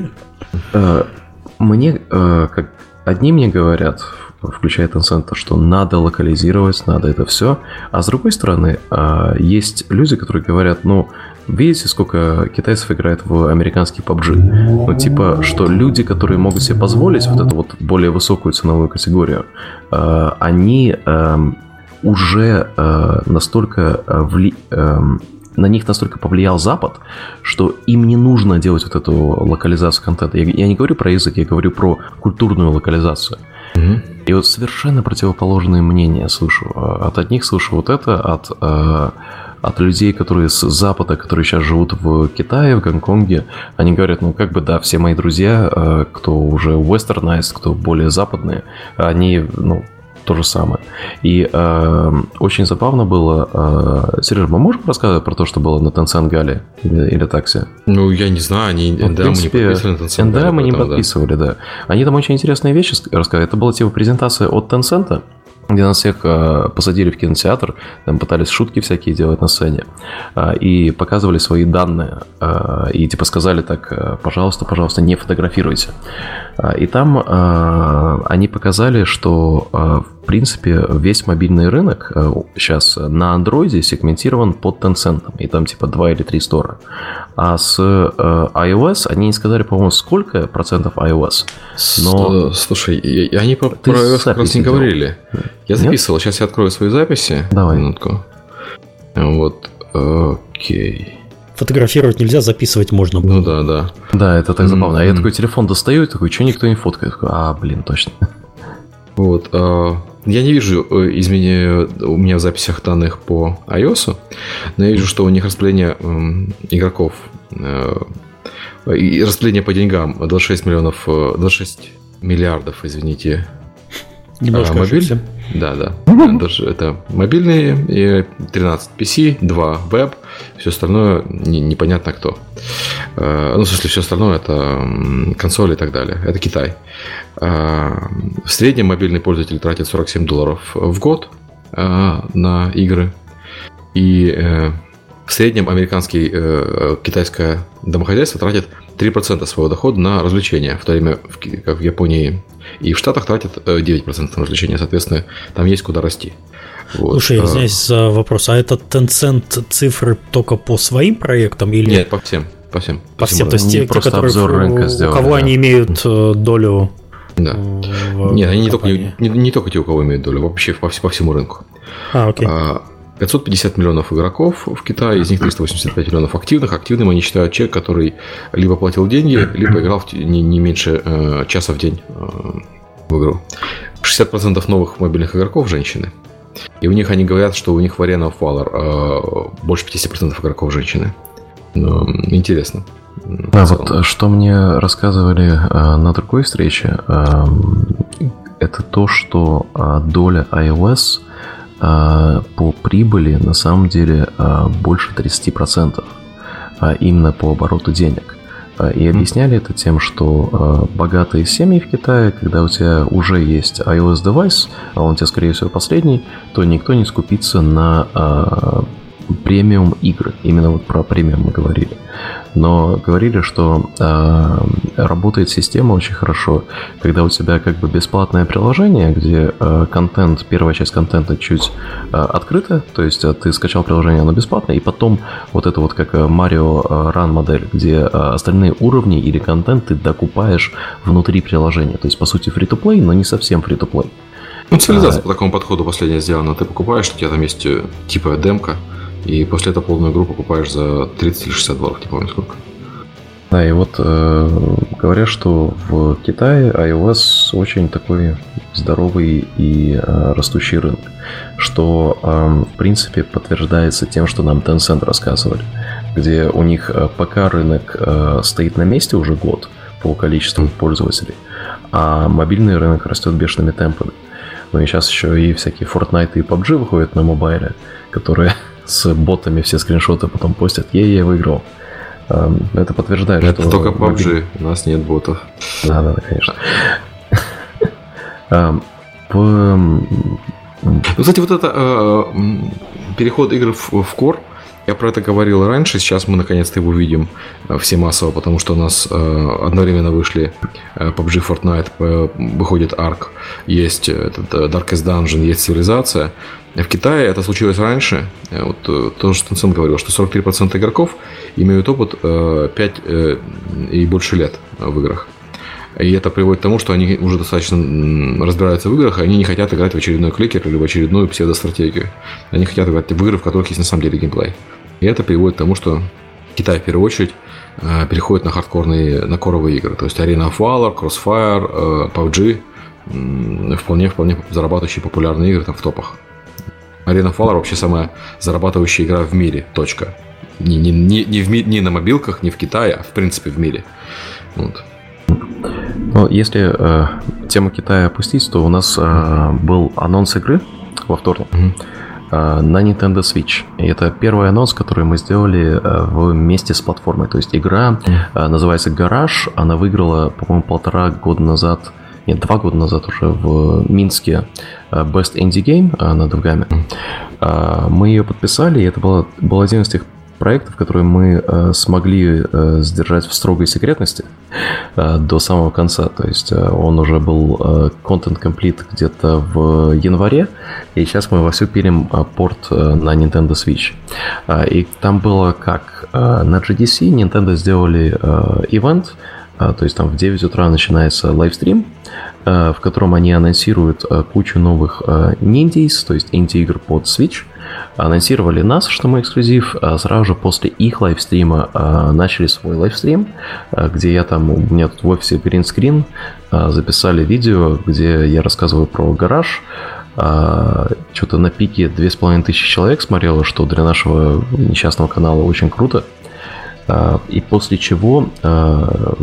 мне, как одни мне говорят, включая Tencent, что надо локализировать, надо это все, а с другой стороны, есть люди, которые говорят, ну, видите, сколько китайцев играет в американский пабг? Ну, типа, что люди, которые могут себе позволить вот эту вот более высокую ценовую категорию, они уже настолько вли... на них настолько повлиял Запад, что им не нужно делать вот эту локализацию контента. Я, я не говорю про язык, я говорю про культурную локализацию. Mm-hmm. И вот совершенно противоположные мнения слышу. От одних слышу вот это, от, от людей, которые с Запада, которые сейчас живут в Китае, в Гонконге, они говорят, ну как бы да, все мои друзья, кто уже westernized, кто более западные, они, ну, то же самое. И э, очень забавно было. Э, Сереж, мы можем рассказать про то, что было на Tencent Гале или, или таксе? Ну, я не знаю, они эн дэ эм не подписывали на Tencent Гале. эн дэ эм мы не подписывали, да. да. Они там очень интересные вещи рассказали. Это была типа презентация от Tencent, где нас всех э, посадили в кинотеатр, там пытались шутки всякие делать на сцене, э, и показывали свои данные, э, и типа сказали так, пожалуйста, пожалуйста, не фотографируйте. Э, и там э, они показали, что э, в принципе весь мобильный рынок э, сейчас на андроиде сегментирован под Tencent, и там типа два или три стора. А с э, iOS они не сказали, по-моему, сколько процентов iOS. Но... Слушай, и они про, про iOS как раз не говорили. Я записывал, Нет? Сейчас я открою свои записи. Давай. Минутку. Вот, окей. Фотографировать нельзя, записывать можно было. Ну да, да. Да, это так забавно. Mm-hmm. А я такой телефон достаю и такой, что никто не фоткает? Такой, а, блин, точно. Вот. А, я не вижу изменения у меня в записях данных по iOS, но я вижу, что у них распределение э, игроков э, и распределение по деньгам двадцать шесть миллионов, двадцать шесть миллиардов, извините. Немножко а, мобиль... ошибся. Да, да. Даже это мобильные, и тринадцать пи си, два веб, все остальное не, непонятно кто. Ну, в смысле, все остальное это консоли и так далее. Это Китай. В среднем мобильный пользователь тратит сорок семь долларов в год на игры. И в среднем американский, китайское домохозяйство тратит три процента своего дохода на развлечения, в то время как в Японии и в Штатах тратят девять процентов на развлечения, соответственно, там есть куда расти. Вот. Слушай, я извиняюсь за вопрос, а это Tencent цифры только по своим проектам или... Нет, по всем, по всем. По всем, то есть те, которые, у кого да. они имеют долю... Да. Нет, они не только, не, не только те, у кого имеют долю, вообще по, по всему рынку. А, окей. А, пятьсот пятьдесят миллионов игроков в Китае, из них триста восемьдесят пять миллионов активных. Активным они считают человек, который либо платил деньги, либо играл в не, не меньше э, часа в день э, в игру. шестьдесят процентов новых мобильных игроков – женщины. И у них они говорят, что у них в Arena of Valor э, больше пятьдесят процентов игроков – женщины. Но, интересно. А вот что мне рассказывали э, на другой встрече, э, это то, что э, доля iOS э, по прибыли на самом деле э, больше тридцать процентов, э, именно по обороту денег. Э, и объясняли это тем, что э, богатые семьи в Китае, когда у тебя уже есть iOS-девайс, а он у тебя, скорее всего, последний, то никто не скупится на э, премиум игры. Именно вот про премиум мы говорили. Но говорили, что э, работает система очень хорошо, когда у тебя как бы бесплатное приложение, где э, контент, первая часть контента чуть э, открыта, то есть э, ты скачал приложение, оно бесплатное, и потом вот это вот как Mario Run модель, где э, остальные уровни или контент ты докупаешь внутри приложения. То есть, по сути, free-to-play, но не совсем free-to-play. Ну, цивилизация а, по такому подходу последняя сделана. Ты покупаешь, у тебя там есть типа демка, и после этого полную игру покупаешь за тридцать или шестьдесят долларов, не помню сколько. Да, и вот э, говорят, что в Китае iOS очень такой здоровый и э, растущий рынок, что э, в принципе подтверждается тем, что нам Tencent рассказывали, где у них э, пока рынок э, стоит на месте уже год по количеству пользователей, а мобильный рынок растет бешеными темпами. Ну и сейчас еще и всякие Fortnite и пабг выходят на мобайле, которые с ботами все скриншоты потом постят. Ей, я выиграл. Это подтверждает, это что... Это только пабг, у нас нет ботов. Да, да, конечно. Ну, кстати, вот это переход игр в кор, я про это говорил раньше, сейчас мы наконец-то его видим все массово, потому что у нас одновременно вышли пабг, Fortnite, выходит Ark, есть этот Darkest Dungeon, есть Цивилизация. В Китае это случилось раньше. Вот то, что Tencent говорил, что сорок три процента игроков имеют опыт пять и больше лет в играх. И это приводит к тому, что они уже достаточно разбираются в играх, и они не хотят играть в очередной кликер или в очередную псевдостратегию. Они хотят играть в игры, в которых есть на самом деле геймплей. И это приводит к тому, что Китай в первую очередь переходит на хардкорные, на коровые игры. То есть Arena of Valor, Crossfire, пабг, вполне-вполне зарабатывающие популярные игры там в топах. Arena of Valor вообще самая зарабатывающая игра в мире. Точка. Не, не, не, не, в, не на мобилках, не в Китае, а в принципе в мире. Вот. Ну, если э, тему Китая опустить, то у нас э, был анонс игры во вторник mm-hmm. э, на Nintendo Switch. И это первый анонс, который мы сделали э, вместе с платформой. То есть игра mm-hmm. э, называется Garage. Она выиграла, по-моему, полтора года назад, нет, два года назад уже в Минске Best Indie Game на Довгаме. Mm-hmm. Мы ее подписали, и это был, был один из тех проектов, которые мы э, смогли э, сдержать в строгой секретности э, до самого конца. То есть э, он уже был э, content complete где-то в январе, и сейчас мы вовсю пилим э, порт э, на Nintendo Switch. Э, и там было как? Э, на джи ди си Nintendo сделали э, ивент, э, то есть там в девять утра начинается лайвстрим, э, в котором они анонсируют э, кучу новых э, ниндейс, то есть инди-игр под Switch. Анонсировали нас, что мы эксклюзив, а сразу же после их лайвстрима а, начали свой лайвстрим, а, где я там, у меня тут в офисе гринскрин, а, записали видео, где я рассказываю про гараж. А, что-то на пике две с половиной тысячи человек смотрело, что для нашего несчастного канала очень круто. А, и после чего а,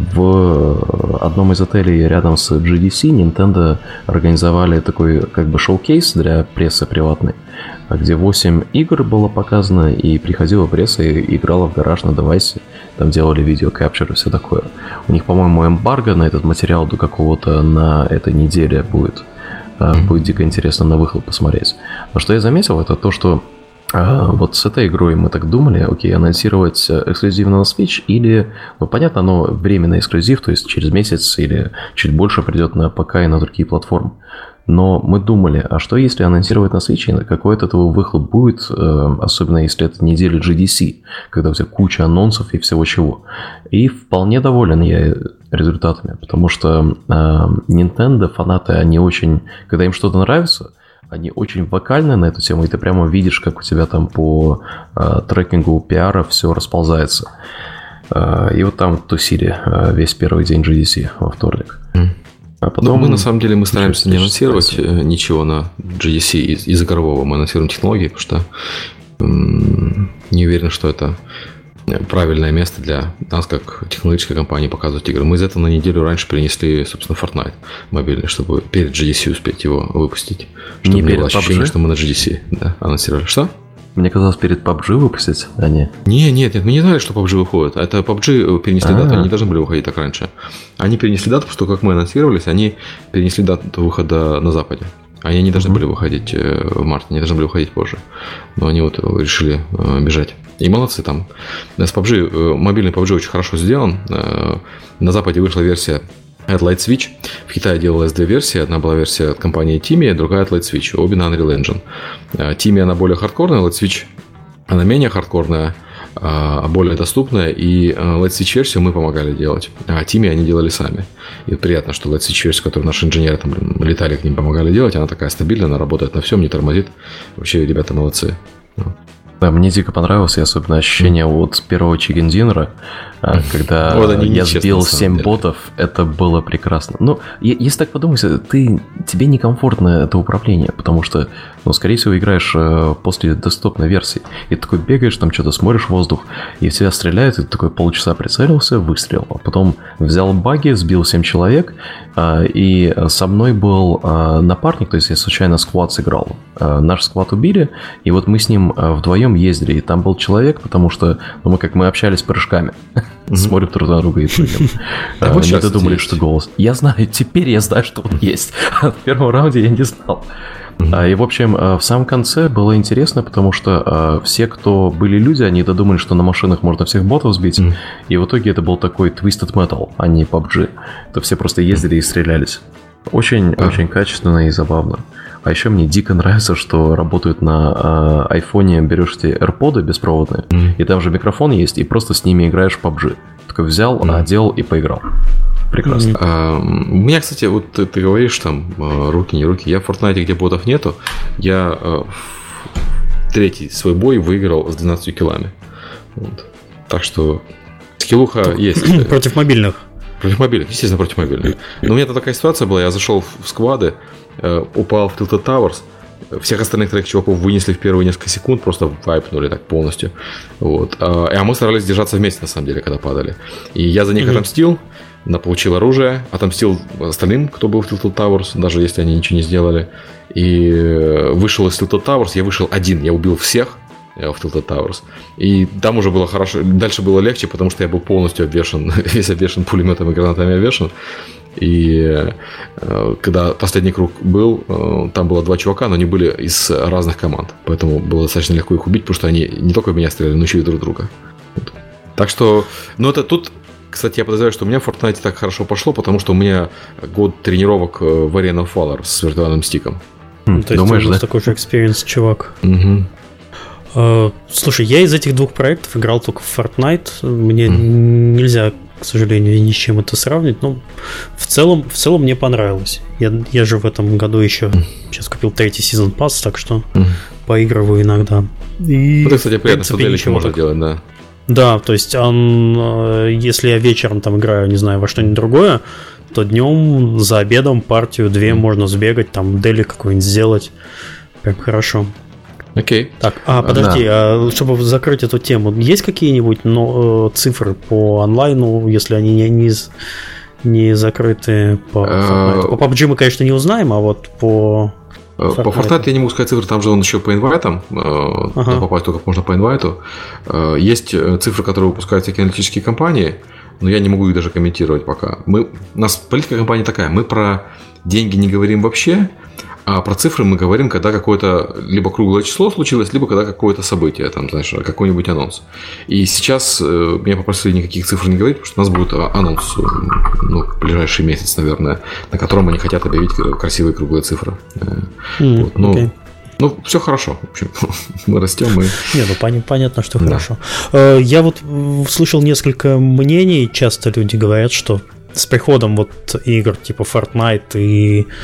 в одном из отелей рядом с джи ди си Nintendo организовали такой как бы шоу-кейс для прессы приватной, где восемь игр было показано, и приходила пресса и играла в гараж на девайсе. Там делали видео-капчер и все такое. У них, по-моему, эмбарго на этот материал до какого-то на этой неделе будет. Mm-hmm. Будет дико интересно на выхлоп посмотреть. Но что я заметил, это то, что а, вот с этой игрой мы так думали, окей, анонсировать эксклюзивно на Switch или, ну, понятно, оно временный эксклюзив, то есть через месяц или чуть больше придет на ПК и на другие платформы. Но мы думали, а что если анонсировать на Switch, какой от этого выхлоп будет, особенно если это неделя джи ди си, когда у тебя куча анонсов и всего чего. И вполне доволен я результатами, потому что Nintendo, фанаты, они очень, когда им что-то нравится, они очень вокальны на эту тему, и ты прямо видишь, как у тебя там по э, трекингу пиара все расползается. Э, и вот там тусили э, весь первый день джи ди си во вторник. Mm. А потом... Ну, мы на самом деле мы стараемся не анонсировать спасибо. ничего на джи ди си из, из игрового. Мы анонсируем технологии, потому что м- не уверен, что это правильное место для нас, как технологической компании, показывать игры. Мы из этого на неделю раньше перенесли, собственно, Fortnite мобильный, чтобы перед джи ди си успеть его выпустить. Чтобы не, не было ощущения, что мы на джи ди си да, анонсировали. Что? Мне казалось, перед пабг выпустить, а не... Не, нет, нет, мы не знали, что пабг выходит. Это пабг перенесли А-а-а. дату, они не должны были выходить так раньше. Они перенесли дату, потому что, как мы анонсировались, они перенесли дату выхода на Западе. Они не должны mm-hmm. были выходить в марте, они должны были выходить позже. Но они вот решили бежать. И молодцы там. С пабг, мобильный пабг очень хорошо сделан. На Западе вышла версия от Light Switch. В Китае делалась две версии. Одна была версия от компании Timi, другая от Light Switch. Обе на Unreal Engine. Timi она более хардкорная, Light Switch она менее хардкорная, а более доступная. И Light Switch версию мы помогали делать. А Timi они делали сами. И приятно, что Light Switch версию, которую наши инженеры там летали к ним, помогали делать, она такая стабильная, она работает на всем, не тормозит. Вообще ребята молодцы. Да, мне дико понравилось, и особенно ощущение mm. от первого чикен-диннера, когда вот я сбил семь ботов, это было прекрасно. Ну, если так подумать, ты, тебе некомфортно это управление, потому что, ну, скорее всего, играешь после десктопной версии, и ты такой бегаешь, там что-то смотришь в воздух, и в тебя стреляют, и ты такой полчаса прицелился, выстрелил, а потом взял баги, сбил семь человек, и со мной был напарник, то есть я случайно сквад сыграл. Наш сквад убили, и вот мы с ним вдвоем ездили, и там был человек, потому что ну, мы как мы общались прыжками, mm-hmm. смотрим друг на друга и прыгаем. Не додумали, что голос. Я знаю, теперь я знаю, что он есть. А в первом раунде я не знал. Mm-hmm. И, в общем, в самом конце было интересно, потому что все, кто были люди, они додумали, что на машинах можно всех ботов сбить, mm-hmm. и в итоге это был такой Twisted Metal, а не пабг. То все просто ездили и стрелялись. Очень, mm-hmm. очень качественно и забавно. А еще мне дико нравится, что работают на э, айфоне, берешь эти AirPods беспроводные, mm. и там же микрофон есть, и просто с ними играешь в пабг. Такой взял, mm. надел и поиграл. Прекрасно. Mm. А, у меня, кстати, вот ты, ты говоришь там, руки, не руки, я в Fortnite, где ботов нету, я э, третий свой бой выиграл с двенадцатью киллами. Вот. Так что скиллуха есть. Против мобильных. Против мобильных, естественно, против мобильных. Но у меня такая ситуация была, я зашел в сквады, упал в Tilted Towers, всех остальных троих чуваков вынесли в первые несколько секунд, просто вайпнули так полностью. Вот. А мы старались держаться вместе, на самом деле, когда падали. И я за них mm-hmm. отомстил, получил оружие, отомстил остальным, кто был в Tilted Towers, даже если они ничего не сделали. И вышел из Tilted Towers, я вышел один, я убил всех в Tilted Towers. И там уже было хорошо, дальше было легче, потому что я был полностью обвешан, весь обвешан пулеметом и гранатами обвешан. И э, когда последний круг был, э, там было два чувака, но они были из разных команд. Поэтому было достаточно легко их убить, потому что они не только в меня стреляли, но еще и друг друга. Вот. Так что, ну это тут, кстати, я подозреваю, что у меня в Fortnite так хорошо пошло, потому что у меня год тренировок в Arena of Valor с виртуальным стиком. Mm, то есть думаешь, у нас да? такой же экспириенс, чувак. Угу. Uh, слушай, я из этих двух проектов играл только в Fortnite. Мне mm. нельзя, к сожалению, ни с чем это сравнить. Но в целом, в целом мне понравилось. Я, я же в этом году еще mm. сейчас купил третий сезон пасс, так что mm. поигрываю иногда. И, это, кстати, приятно, что делики можно так... делать, да. Да, то есть он, если я вечером там играю, не знаю, во что-нибудь другое, то днем за обедом партию-две mm. можно сбегать, там дели какой-нибудь сделать. Прям хорошо. Окей. Okay. Так, а подожди, да. а, чтобы закрыть эту тему, есть какие-нибудь ну, цифры по онлайну, если они не, не, не закрыты по Fortnite? По пабг мы, конечно, не узнаем, а вот по Fortnite. По Fortnite я не могу сказать цифры, там же он еще по инвайтам, ага. попасть только можно по инвайту. Есть цифры, которые выпускают всякие аналитические компании, но я не могу их даже комментировать пока. Мы, у нас политика компании такая, мы про деньги не говорим вообще, а про цифры мы говорим, когда какое-то либо круглое число случилось, либо когда какое-то событие, там, знаешь, какой-нибудь анонс. И сейчас э, меня попросили никаких цифр не говорить, потому что у нас будет анонс ну, в ближайший месяц, наверное, на котором они хотят объявить красивые круглые цифры. Mm, вот, ну, okay. ну, все хорошо. В общем, мы растем. Мы... Не, ну пон- понятно, что да. хорошо. Я вот слышал несколько мнений, часто люди говорят, что с приходом вот игр типа Fortnite и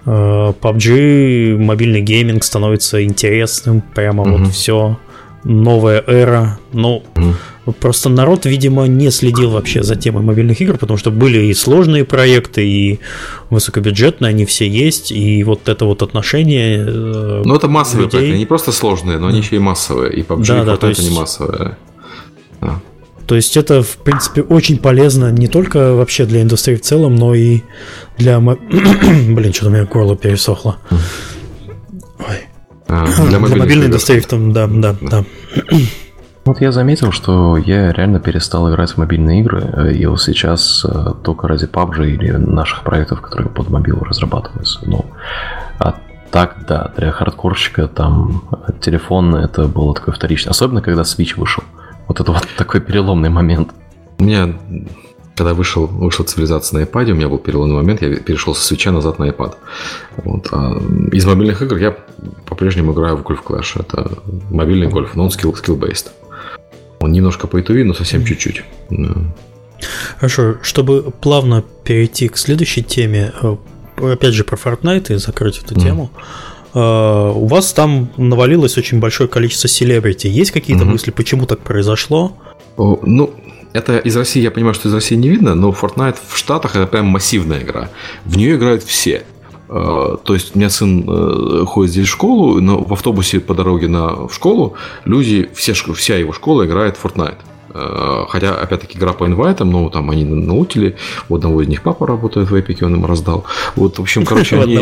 пи ю би джи, мобильный гейминг становится интересным, прямо mm-hmm. вот все, новая эра. Ну, mm-hmm. просто народ, видимо, не следил вообще за темой мобильных игр, потому что были и сложные проекты, и высокобюджетные, они все есть, и вот это вот отношение. Ну, это массовые людей. Проекты, не просто сложные, но они еще и массовые, и пи ю би джи, да, и да, есть... не массовые. Да. То есть это, в принципе, очень полезно не только вообще для индустрии в целом, но и для... Блин, что-то у меня горло пересохло. Ой. А, для, для мобильной индустрии в том, да, да, да. Вот я заметил, что я реально перестал играть в мобильные игры, и вот сейчас только ради пи ю би джи или наших проектов, которые под мобилу разрабатываются. Ну, а так, да, для хардкорщика там телефон это было такое вторичное. Особенно, когда Switch вышел. Вот это вот такой переломный момент. У меня, когда вышел, вышла цивилизация на iPad, у меня был переломный момент, я перешел со Switch назад на iPad. Вот. А из мобильных игр я по-прежнему играю в Golf Clash. Это мобильный гольф, но он skill, skill-based. Он немножко по итоге, но совсем чуть-чуть. Хорошо, чтобы плавно перейти к следующей теме, опять же про Fortnite и закрыть эту mm. тему. Uh, у вас там навалилось очень большое количество селебрити. Есть какие-то mm-hmm. мысли, почему так произошло? Oh, ну, это из России, я понимаю, что из России не видно, но Fortnite в Штатах это прям массивная игра. В нее играют все. Uh, то есть у меня сын uh, ходит здесь в школу, но в автобусе по дороге на, в школу люди, все, вся его школа играет в Fortnite. Хотя, опять-таки, игра по инвайтам, ну, там они наутили, у одного из них папа работает в Эпике, он им раздал. Вот, в общем, короче, они...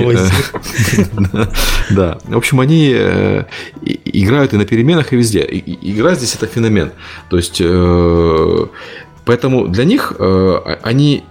Да, в общем, они играют и на переменах, и везде. Игра здесь – это феномен. То есть, поэтому для них они...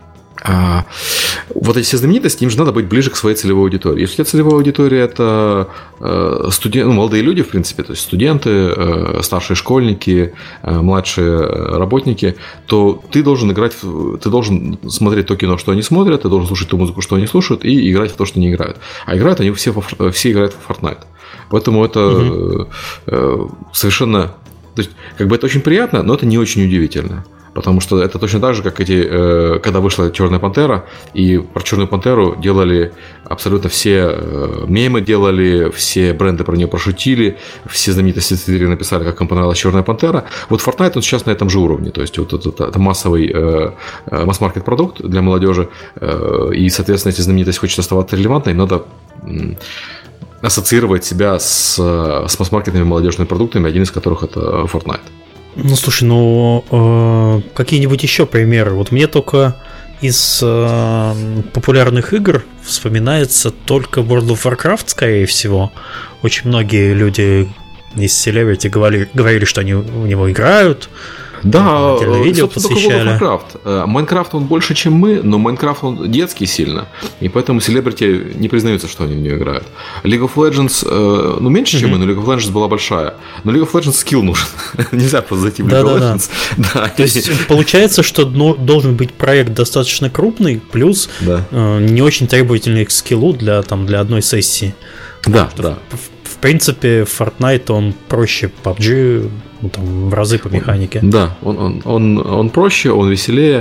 А вот эти все знаменитости, им же надо быть ближе к своей целевой аудитории. Если у тебя целевая аудитория – это э, студен... ну, молодые люди, в принципе, то есть студенты, э, старшие школьники, э, младшие работники, то ты должен играть, в... ты должен смотреть то кино, что они смотрят, ты должен слушать ту музыку, что они слушают, и играть в то, что они играют. А играют они все, во... все играют в Fortnite. Поэтому это угу. э, совершенно… То есть, как бы это очень приятно, но это не очень удивительно. Потому что это точно так же, как эти, э, когда вышла «Черная пантера», и про «Черную пантеру» делали абсолютно все э, мемы, делали, все бренды про нее прошутили, все знаменитости в Твиттере написали, как им понравилась «Черная пантера». Вот Fortnite, он сейчас на этом же уровне. То есть, вот это, это массовый э, масс-маркет продукт для молодежи, э, и, соответственно, эти знаменитости хочет оставаться релевантной, им надо... Э, ассоциировать себя с, с масс-маркетными молодежными продуктами, один из которых это Fortnite. Ну, слушай, ну, э, какие-нибудь еще примеры? Вот мне только из э, популярных игр вспоминается только World of Warcraft, скорее всего. Очень многие люди из Celebrity говорили, говорили, что они в него играют. Да, видео посвящали. Майнкрафт. Майнкрафт он больше, чем мы, но Майнкрафт он детский сильно, и поэтому селебрити не признаются, что они в нее играют. League of Legends, ну, меньше, mm-hmm. чем мы, но League of Legends была большая. Но League of Legends скилл нужен. Нельзя просто зайти в League of Legends. Да. То есть получается, что должен быть проект достаточно крупный, плюс да. не очень требовательный к скиллу для, там, для одной сессии. Да, да. В принципе, Fortnite, он проще пи ю би джи, ну, там, в разы по механике. Да, он, он, он, он проще, он веселее,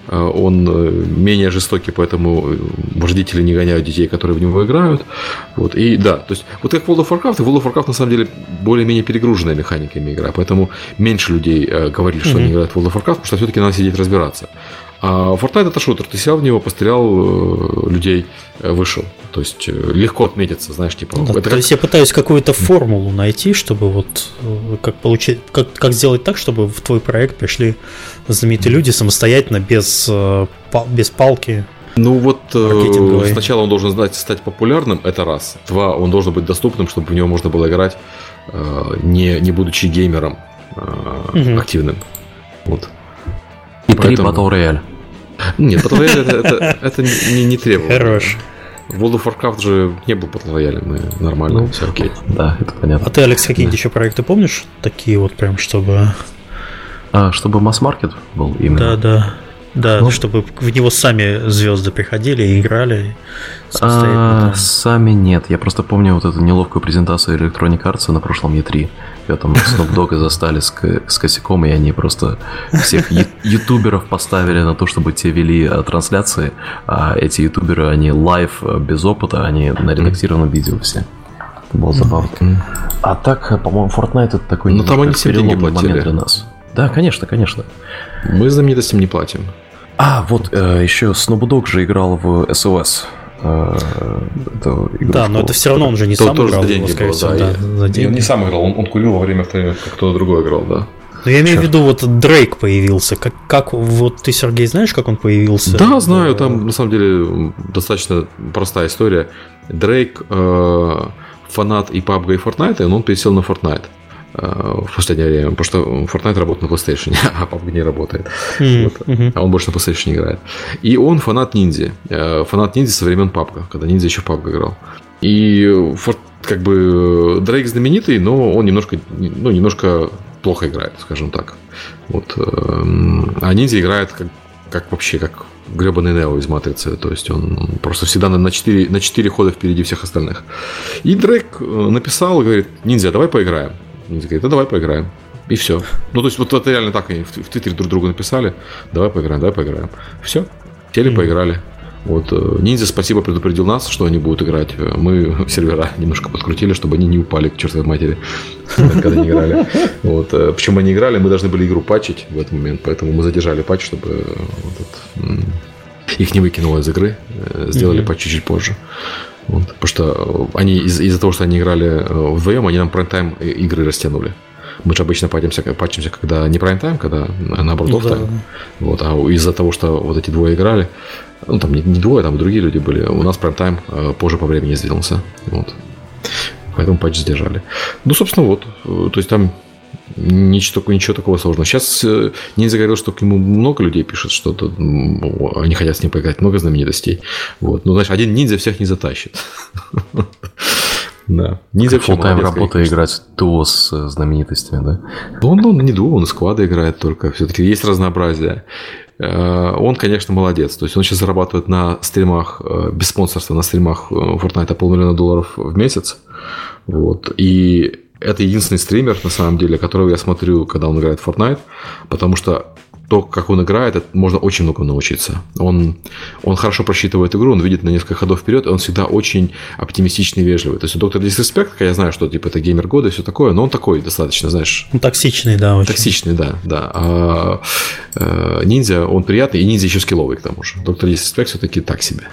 он менее жестокий, поэтому вождители не гоняют детей, которые в него играют. Вот, и да, то есть, вот как World of Warcraft, и World of Warcraft на самом деле более-менее перегруженная механиками игра, поэтому меньше людей говорили, что mm-hmm. они играют в World of Warcraft, потому что все-таки надо сидеть разбираться. А Fortnite это шутер, ты сел в него, пострелял, людей, вышел. То есть легко отметиться, знаешь, типа. Да, это то как... есть я пытаюсь какую-то формулу найти, чтобы вот как получить, как, как сделать так, чтобы в твой проект пришли знаменитые люди самостоятельно, без, без палки. Ну вот сначала он должен знать, стать популярным, это раз. Два, он должен быть доступным, чтобы в него можно было играть, не, не будучи геймером угу. активным. Вот. И три Battle Royale. Нет, Battle Royale это, это, это не, не требовало. Хорош. В World of Warcraft же не был Battle Royale, мы нормально, ну, все окей. Да, это понятно. А ты, Алекс, какие-нибудь да. еще проекты помнишь? Такие вот прям, чтобы... А, чтобы масс-маркет был именно? Да, да. Да, ну, чтобы в него сами звезды приходили и играли самостоятельно. А, сами нет. Я просто помню вот эту неловкую презентацию Electronic Arts на прошлом и три. Когда там Snoop Dogg застали с, с косяком, и они просто всех ютуберов поставили на то, чтобы те вели трансляции. А эти ютуберы, они лайв без опыта, они на редактированном видео все. Это было забавно. Mm-hmm. А так, по-моему, Fortnite это такой ну, там они все деньги платили для нас. Да, конечно, конечно. Мы знаменитостям не платим. А, вот э, еще Snoop Dogg же играл в эс о эс. Э, да, но это все равно он же не то, сам играл. Его, было, да, да, за деньги. Он не сам играл, он, он курил во время, как кто-то другой играл, да. Но я имею в виду, вот Дрейк появился. Как, как вот ты, Сергей, знаешь, как он появился? Да, знаю, там на самом деле достаточно простая история. Дрейк э, фанат и пабга, и Fortnite, и он пересел на Fortnite в последнее время, потому что Fortnite работает на PlayStation, а пабг не работает. Mm-hmm. Вот. Mm-hmm. А он больше на PlayStation играет. И он фанат ниндзя. Фанат ниндзя со времен пабга, когда ниндзя еще в пабг играл. И как бы Дрейк знаменитый, но он немножко, ну, немножко плохо играет, скажем так. Вот. А ниндзя играет как, как вообще, как гребаный Нео из Матрицы. То есть он просто всегда на четыре, на четыре хода впереди всех остальных. И Дрейк написал и говорит: ниндзя, давай поиграем. Ниндзя говорит: да давай поиграем. И все. Ну, то есть, вот это реально так они в, в Твиттере друг другу написали: давай поиграем, давай поиграем. Все. Сели, mm-hmm. поиграли. Вот. Ниндзя, спасибо, предупредил нас, что они будут играть. Мы сервера немножко подкрутили, чтобы они не упали к чертовой матери, когда не играли. Вот. Причем они играли, мы должны были игру патчить в этот момент, поэтому мы задержали патч, чтобы вот этот, их не выкинуло из игры. Сделали mm-hmm. патч чуть позже. Вот, потому что они из- из-за того, что они играли вдвоем, они нам прайм-тайм игры растянули. Мы же обычно патчимся, патчимся когда не прайм-тайм, когда наоборот офф-тайм. Да. Вот, а из-за того, что вот эти двое играли, ну там не, не двое, там другие люди были, у нас прайм-тайм позже по времени сдвинулся. Вот. Поэтому патч задержали. Ну, собственно, вот. То есть там ничего, ничего такого сложного. Сейчас Ниндзя говорил, что к нему много людей пишет что-то, они хотят с ним поиграть, много знаменитостей. Вот. Ну, знаешь, один ниндзя всех не затащит. Да. Ниндзя фулл-тайм работа играть дуо с знаменитостями, да? Он, ну, не дуо, он сквада играет только. Все-таки есть разнообразие. Он, конечно, молодец. То есть он сейчас зарабатывает на стримах, без спонсорства, на стримах Fortnite полмиллиона долларов в месяц. Вот. И это единственный стример, на самом деле, которого я смотрю, когда он играет в Fortnite, потому что то, как он играет, это можно очень много научиться. Он, он хорошо просчитывает игру, он видит на несколько ходов вперед, и он всегда очень оптимистичный и вежливый. То есть доктор Disrespect, я знаю, что типа это геймер года и все такое, но он такой достаточно, знаешь... Ну, токсичный, да, очень. Токсичный, да, да. А, а ниндзя, он приятный, и ниндзя еще скилловый, к тому же. доктор Disrespect все-таки так себе.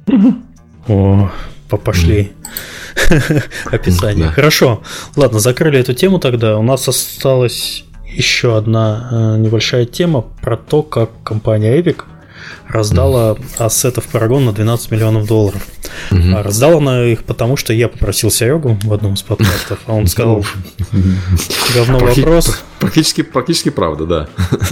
О, пошли. Описание. Да. Хорошо. Ладно, закрыли эту тему тогда. У нас осталась еще одна э, небольшая тема про то, как компания Epic раздала ассетов Paragon на двенадцать миллионов долларов. Mm-hmm. А раздала она их потому, что я попросил Серегу в одном из подкастов, а он сказал: говно вопрос. Практически, практически правда, да.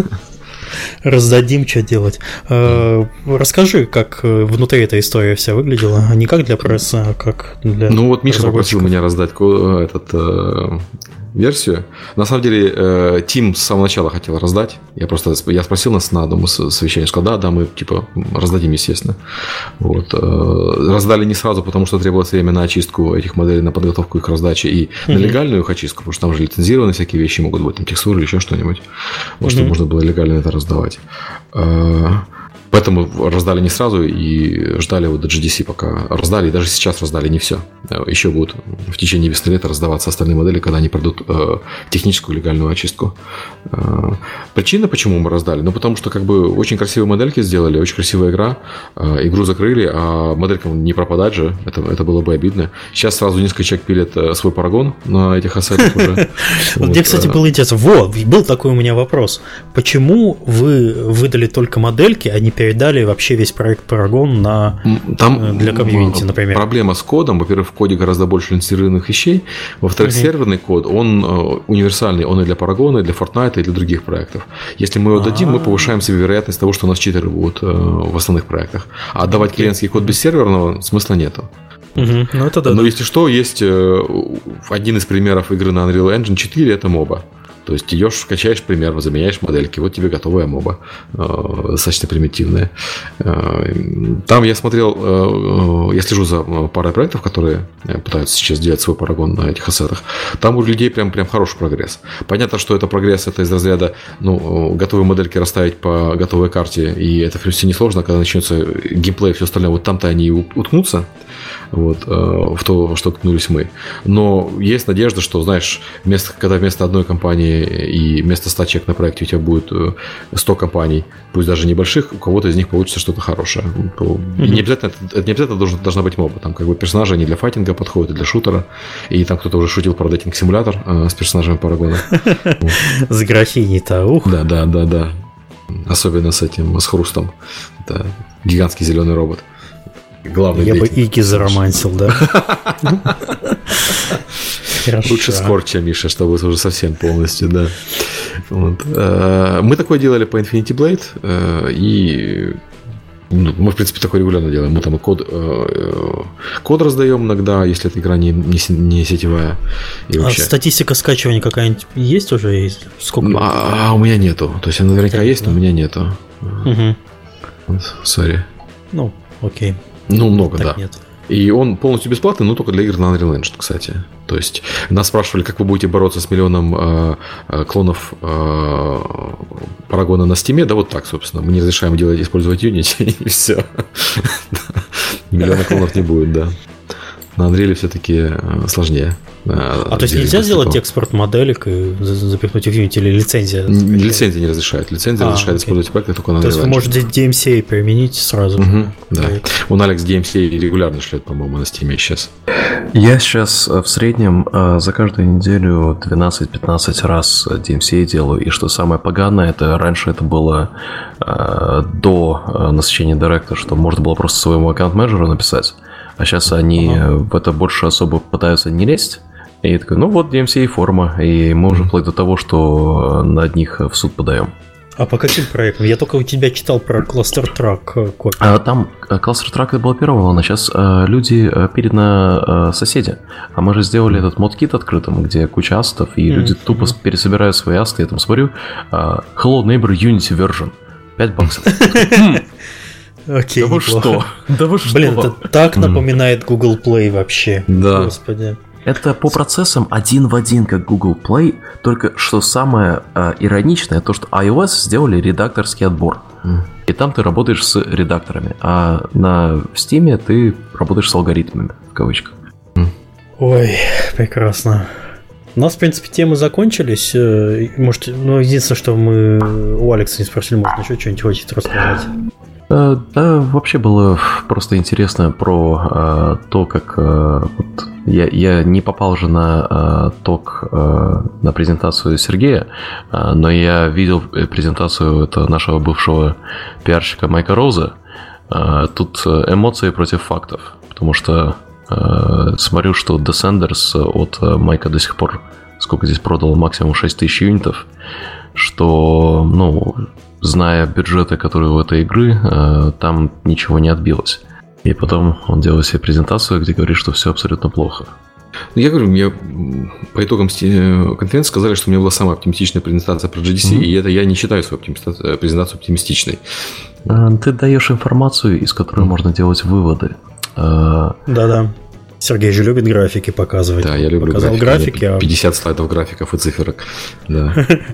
Раздадим, что делать. Расскажи, как внутри эта история вся выглядела. Не как для прессы, а как для... Ну вот Миша попросил меня раздать этот, э, версию. На самом деле Тим с самого начала хотел раздать. Я просто я спросил нас на одном из совещаний, сказал: да, да, мы типа раздадим, естественно. Вот. Раздали не сразу, потому что требовалось время на очистку этих моделей, на подготовку их раздачи и mm-hmm. на легальную их очистку, потому что там же лицензированные всякие вещи могут быть, там текстуры или еще что-нибудь, вот, mm-hmm. чтобы можно было легально это раздавать. Поэтому раздали не сразу и ждали вот до джи ди си, пока раздали, и даже сейчас раздали не все. Еще будут в течение весны лета раздаваться остальные модели, когда они пройдут э, техническую легальную очистку. Э, причина, почему мы раздали? Ну, потому что как бы очень красивые модельки сделали, очень красивая игра, э, игру закрыли, а моделькам не пропадать же, это, это было бы обидно. Сейчас сразу несколько человек пилят свой Paragon на этих ассетах уже. Мне, кстати, было интересно. Вот, был такой у меня вопрос. Почему вы выдали только модельки, а не передали вообще весь проект Paragon на, там для комьюнити, например? Проблема с кодом. Во-первых, в коде гораздо больше лицензированных вещей. Во-вторых, угу. серверный код, он универсальный. Он и для Paragon, и для Fortnite, и для других проектов. Если мы его дадим, А-а-а. мы повышаем себе вероятность того, что у нас читеры будут в основных проектах. А отдавать клиентский код без серверного смысла нету. Угу. Ну, это да. Но если что, есть один из примеров игры на Unreal Engine четыре, это моба. То есть идешь, качаешь пример, заменяешь модельки, вот тебе готовая моба, достаточно примитивная. Там я смотрел, я слежу за парой проектов, которые пытаются сейчас делать свой парагон на этих ассетах. Там у людей прям, прям хороший прогресс. Понятно, что это прогресс, это из разряда, ну, готовые модельки расставить по готовой карте, и это все несложно, когда начнется геймплей и все остальное, вот там-то они уткнутся, вот, в то, что ткнулись мы. Но есть надежда, что, знаешь, вместо, когда вместо одной компании и вместо ста человек на проекте у тебя будет сто компаний, пусть даже небольших, у кого-то из них получится что-то хорошее. Mm-hmm. И не обязательно, это не обязательно должна, должна быть моба. Там как бы персонажи не для файтинга подходят, и для шутера. И там кто-то уже шутил про дейтинг-симулятор э, с персонажами Парагона. С графиней-то, ух. Да, да, да, да. Особенно с этим, с Хрустом. Это гигантский зеленый робот. Главный Я бы Ики заромансил, да? Лучше Скорча, Миша, чтобы уже совсем полностью, да. Вот. Мы такое делали по Infinity Blade, и ну, мы, в принципе, такое регулярно делаем. Мы там и код, код раздаем иногда, если эта игра не, не, не сетевая. И а вообще. Статистика скачивания какая-нибудь есть уже? Сколько? А, а у меня нету. То есть она наверняка так, есть, да? Но у меня нету. Сори. Угу. Ну, окей. Ну, много, так да. Нет. И он полностью бесплатный, но только для игр на Unreal Engine, кстати. То есть нас спрашивали, как вы будете бороться с миллионом э, э, клонов э, Парагона на Steam. Да вот так, собственно. Мы не разрешаем делать, использовать Unity, и все. Миллиона клонов не будет, да. На Unreal все-таки сложнее. А то есть нельзя сделать экспорт моделек и запихнуть в Unity, или лицензия? Лицензия не разрешает. Лицензия а, разрешает окей. использовать проекты только на Unreal. То есть вы можете ди эм си эй применить сразу. Угу, да. Он Алекс ди эм си эй регулярно шлет, по-моему, на Steam сейчас. Я сейчас в среднем за каждую неделю двенадцать-пятнадцать раз ди эм си эй делаю. И что самое поганое, это раньше это было до насыщения Director, что можно было просто своему аккаунт-менеджеру написать. А сейчас они ага. в это больше особо пытаются не лезть. И я такой, ну вот ди эм си эй форма. И мы уже вплоть до того, что на одних в суд подаем. А по каким проектам? Я только у тебя читал про Cluster Truck. А, там Cluster Truck это была первая волна. Сейчас а, люди перед на а, соседи. А мы же сделали этот мод-кит открытым, где куча астов, и mm-hmm. люди тупо пересобирают свои асты. Я там смотрю, а, Hello Neighbor Unity Version. пять баксов. Окей, да вы что? Да вы что? Блин, это так напоминает Google Play вообще. Да. Господи. Это по процессам один в один, как Google Play, только что самое э, ироничное, то, что iOS сделали редакторский отбор. Mm. И там ты работаешь с редакторами, а на Steam ты работаешь с алгоритмами, в кавычках. Mm. Ой, прекрасно. У нас, в принципе, темы закончились. Может, ну, единственное, что мы у Алекса не спросили, может, еще что-нибудь хочет рассказать? Да, вообще было просто интересно про э, то, как э, вот, я, я не попал же на э, ток, э, на презентацию Сергея, э, но я видел презентацию это нашего бывшего пиарщика Майка Роуза. Э, тут эмоции против фактов, потому что э, смотрю, что Descenders от Майка до сих пор, сколько здесь продал, максимум шесть тысяч юнитов, что, ну... Зная бюджеты, которые у этой игры, там ничего не отбилось. И потом он делает себе презентацию, где говорит, что все абсолютно плохо. Я говорю, мне по итогам конференции сказали, что у меня была самая оптимистичная презентация про джи ди си, mm-hmm. и это я не считаю свою презентацию оптимистичной. Ты даешь информацию, из которой mm-hmm. можно делать выводы. Да-да. Сергей же любит графики показывать. Да, я люблю Показал графики. графики пятьдесят слайдов графиков и циферок. Да.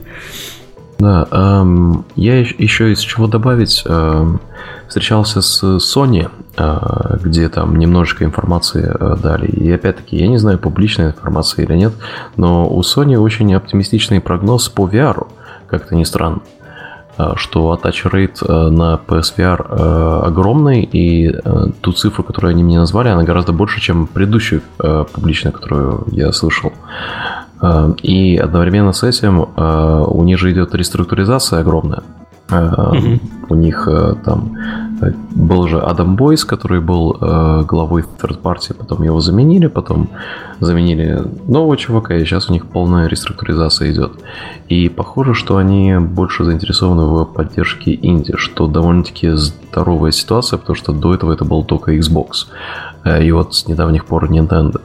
Да, эм, я еще из чего добавить, эм, встречался с Sony, э, где там немножечко информации э, дали. И опять-таки, я не знаю, публичная информация или нет, но у Sony очень оптимистичный прогноз по ви ар, как-то ни странно, э, что attach rate э, на пи эс ви ар э, огромный, и э, ту цифру, которую они мне назвали, она гораздо больше, чем предыдущую э, публичную, которую я слышал. И одновременно с этим у них же идет реструктуризация огромная. Mm-hmm. У них там был же Адам Бойс, который был главой Third Party, потом его заменили, потом заменили нового чувака, и сейчас у них полная реструктуризация идет. И похоже, что они больше заинтересованы в поддержке инди, что довольно-таки здоровая ситуация, потому что до этого это был только Xbox, и вот с недавних пор Nintendo.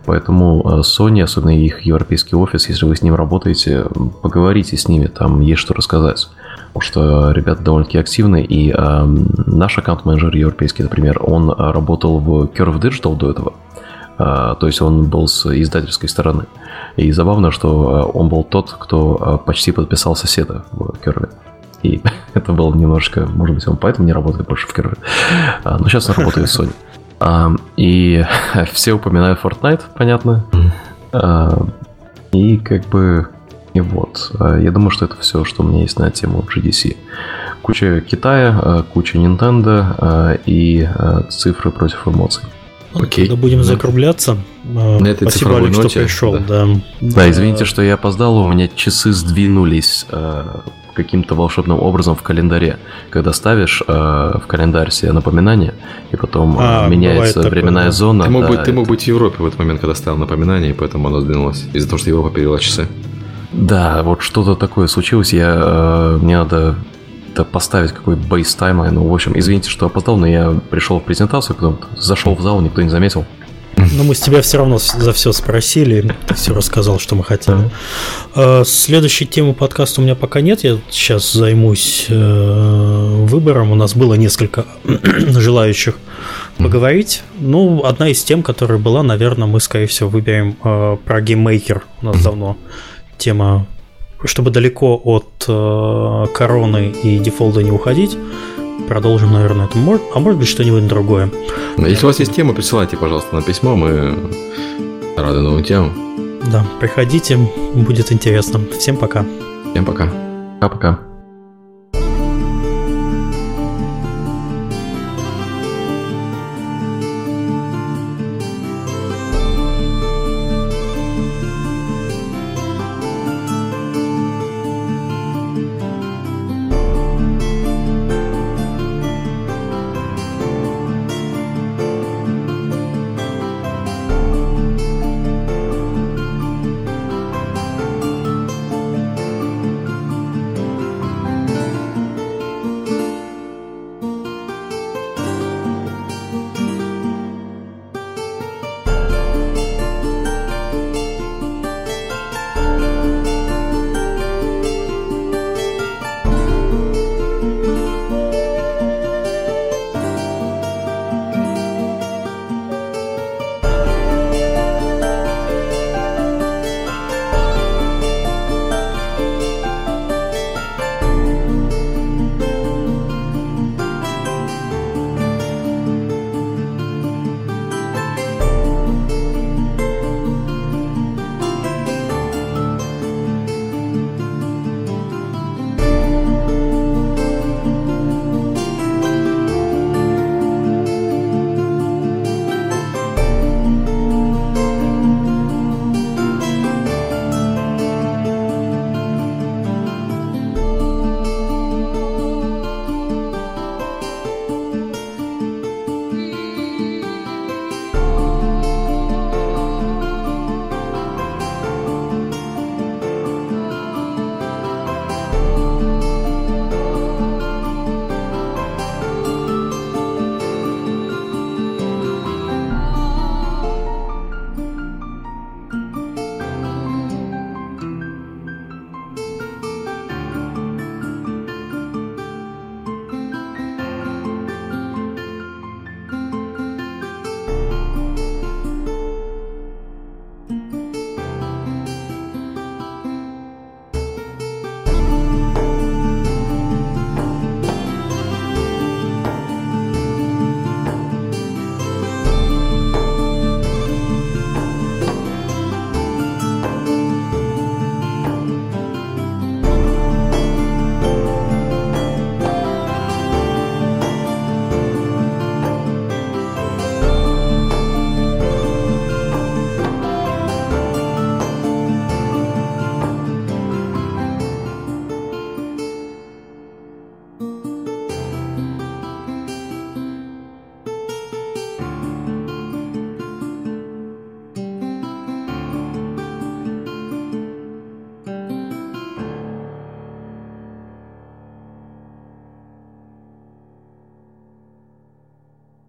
Поэтому Sony, особенно их европейский офис, если вы с ним работаете, поговорите с ними, там есть что рассказать. Потому что ребята довольно-таки активны, и э, наш аккаунт-менеджер европейский, например, он работал в Curve Digital до этого, э, то есть он был с издательской стороны. И забавно, что он был тот, кто почти подписал соседа в Curve. И это было немножечко, может быть, он поэтому не работает больше в Curve. Но сейчас он работает в Sony. Uh, и все упоминают Fortnite, понятно. Uh, и как бы... И вот. Uh, я думаю, что это все, что у меня есть на тему джи ди си. Куча Китая, uh, куча Nintendo uh, и uh, цифры против эмоций. Окей. Когда будем закругляться. На этой Спасибо, Олег, что пришел. Да. Да. Да, извините, что я опоздал. У меня часы сдвинулись uh, каким-то волшебным образом в календаре. Когда ставишь э, в календарь себе напоминание, и потом а, меняется временная такое, зона. Ты мог, да, быть, ты это... мог быть в Европе в этот момент, когда ставил напоминание, и поэтому оно сдвинулось. Из-за того, что Европа перевела часы. Да, вот что-то такое случилось. Я, э, мне надо поставить какой бейс таймлайн. Ну, в общем, извините, что опоздал, но я пришел в презентацию, потом зашел в зал, никто не заметил. Но мы с тебя все равно за все спросили, ты все рассказал, что мы хотели. Следующей темы подкаста у меня пока нет, я сейчас займусь выбором. У нас было несколько желающих поговорить. Ну, одна из тем, которая была, наверное, мы, скорее всего, выберем про гейммейкер. У нас давно тема, чтобы далеко от короны и дефолда не уходить. Продолжим, наверное, это. А может быть, что-нибудь другое. Если у вас есть тема, присылайте, пожалуйста, на письмо. Мы рады новым темам. Да, приходите, будет интересно. Всем пока. Всем пока. Пока-пока.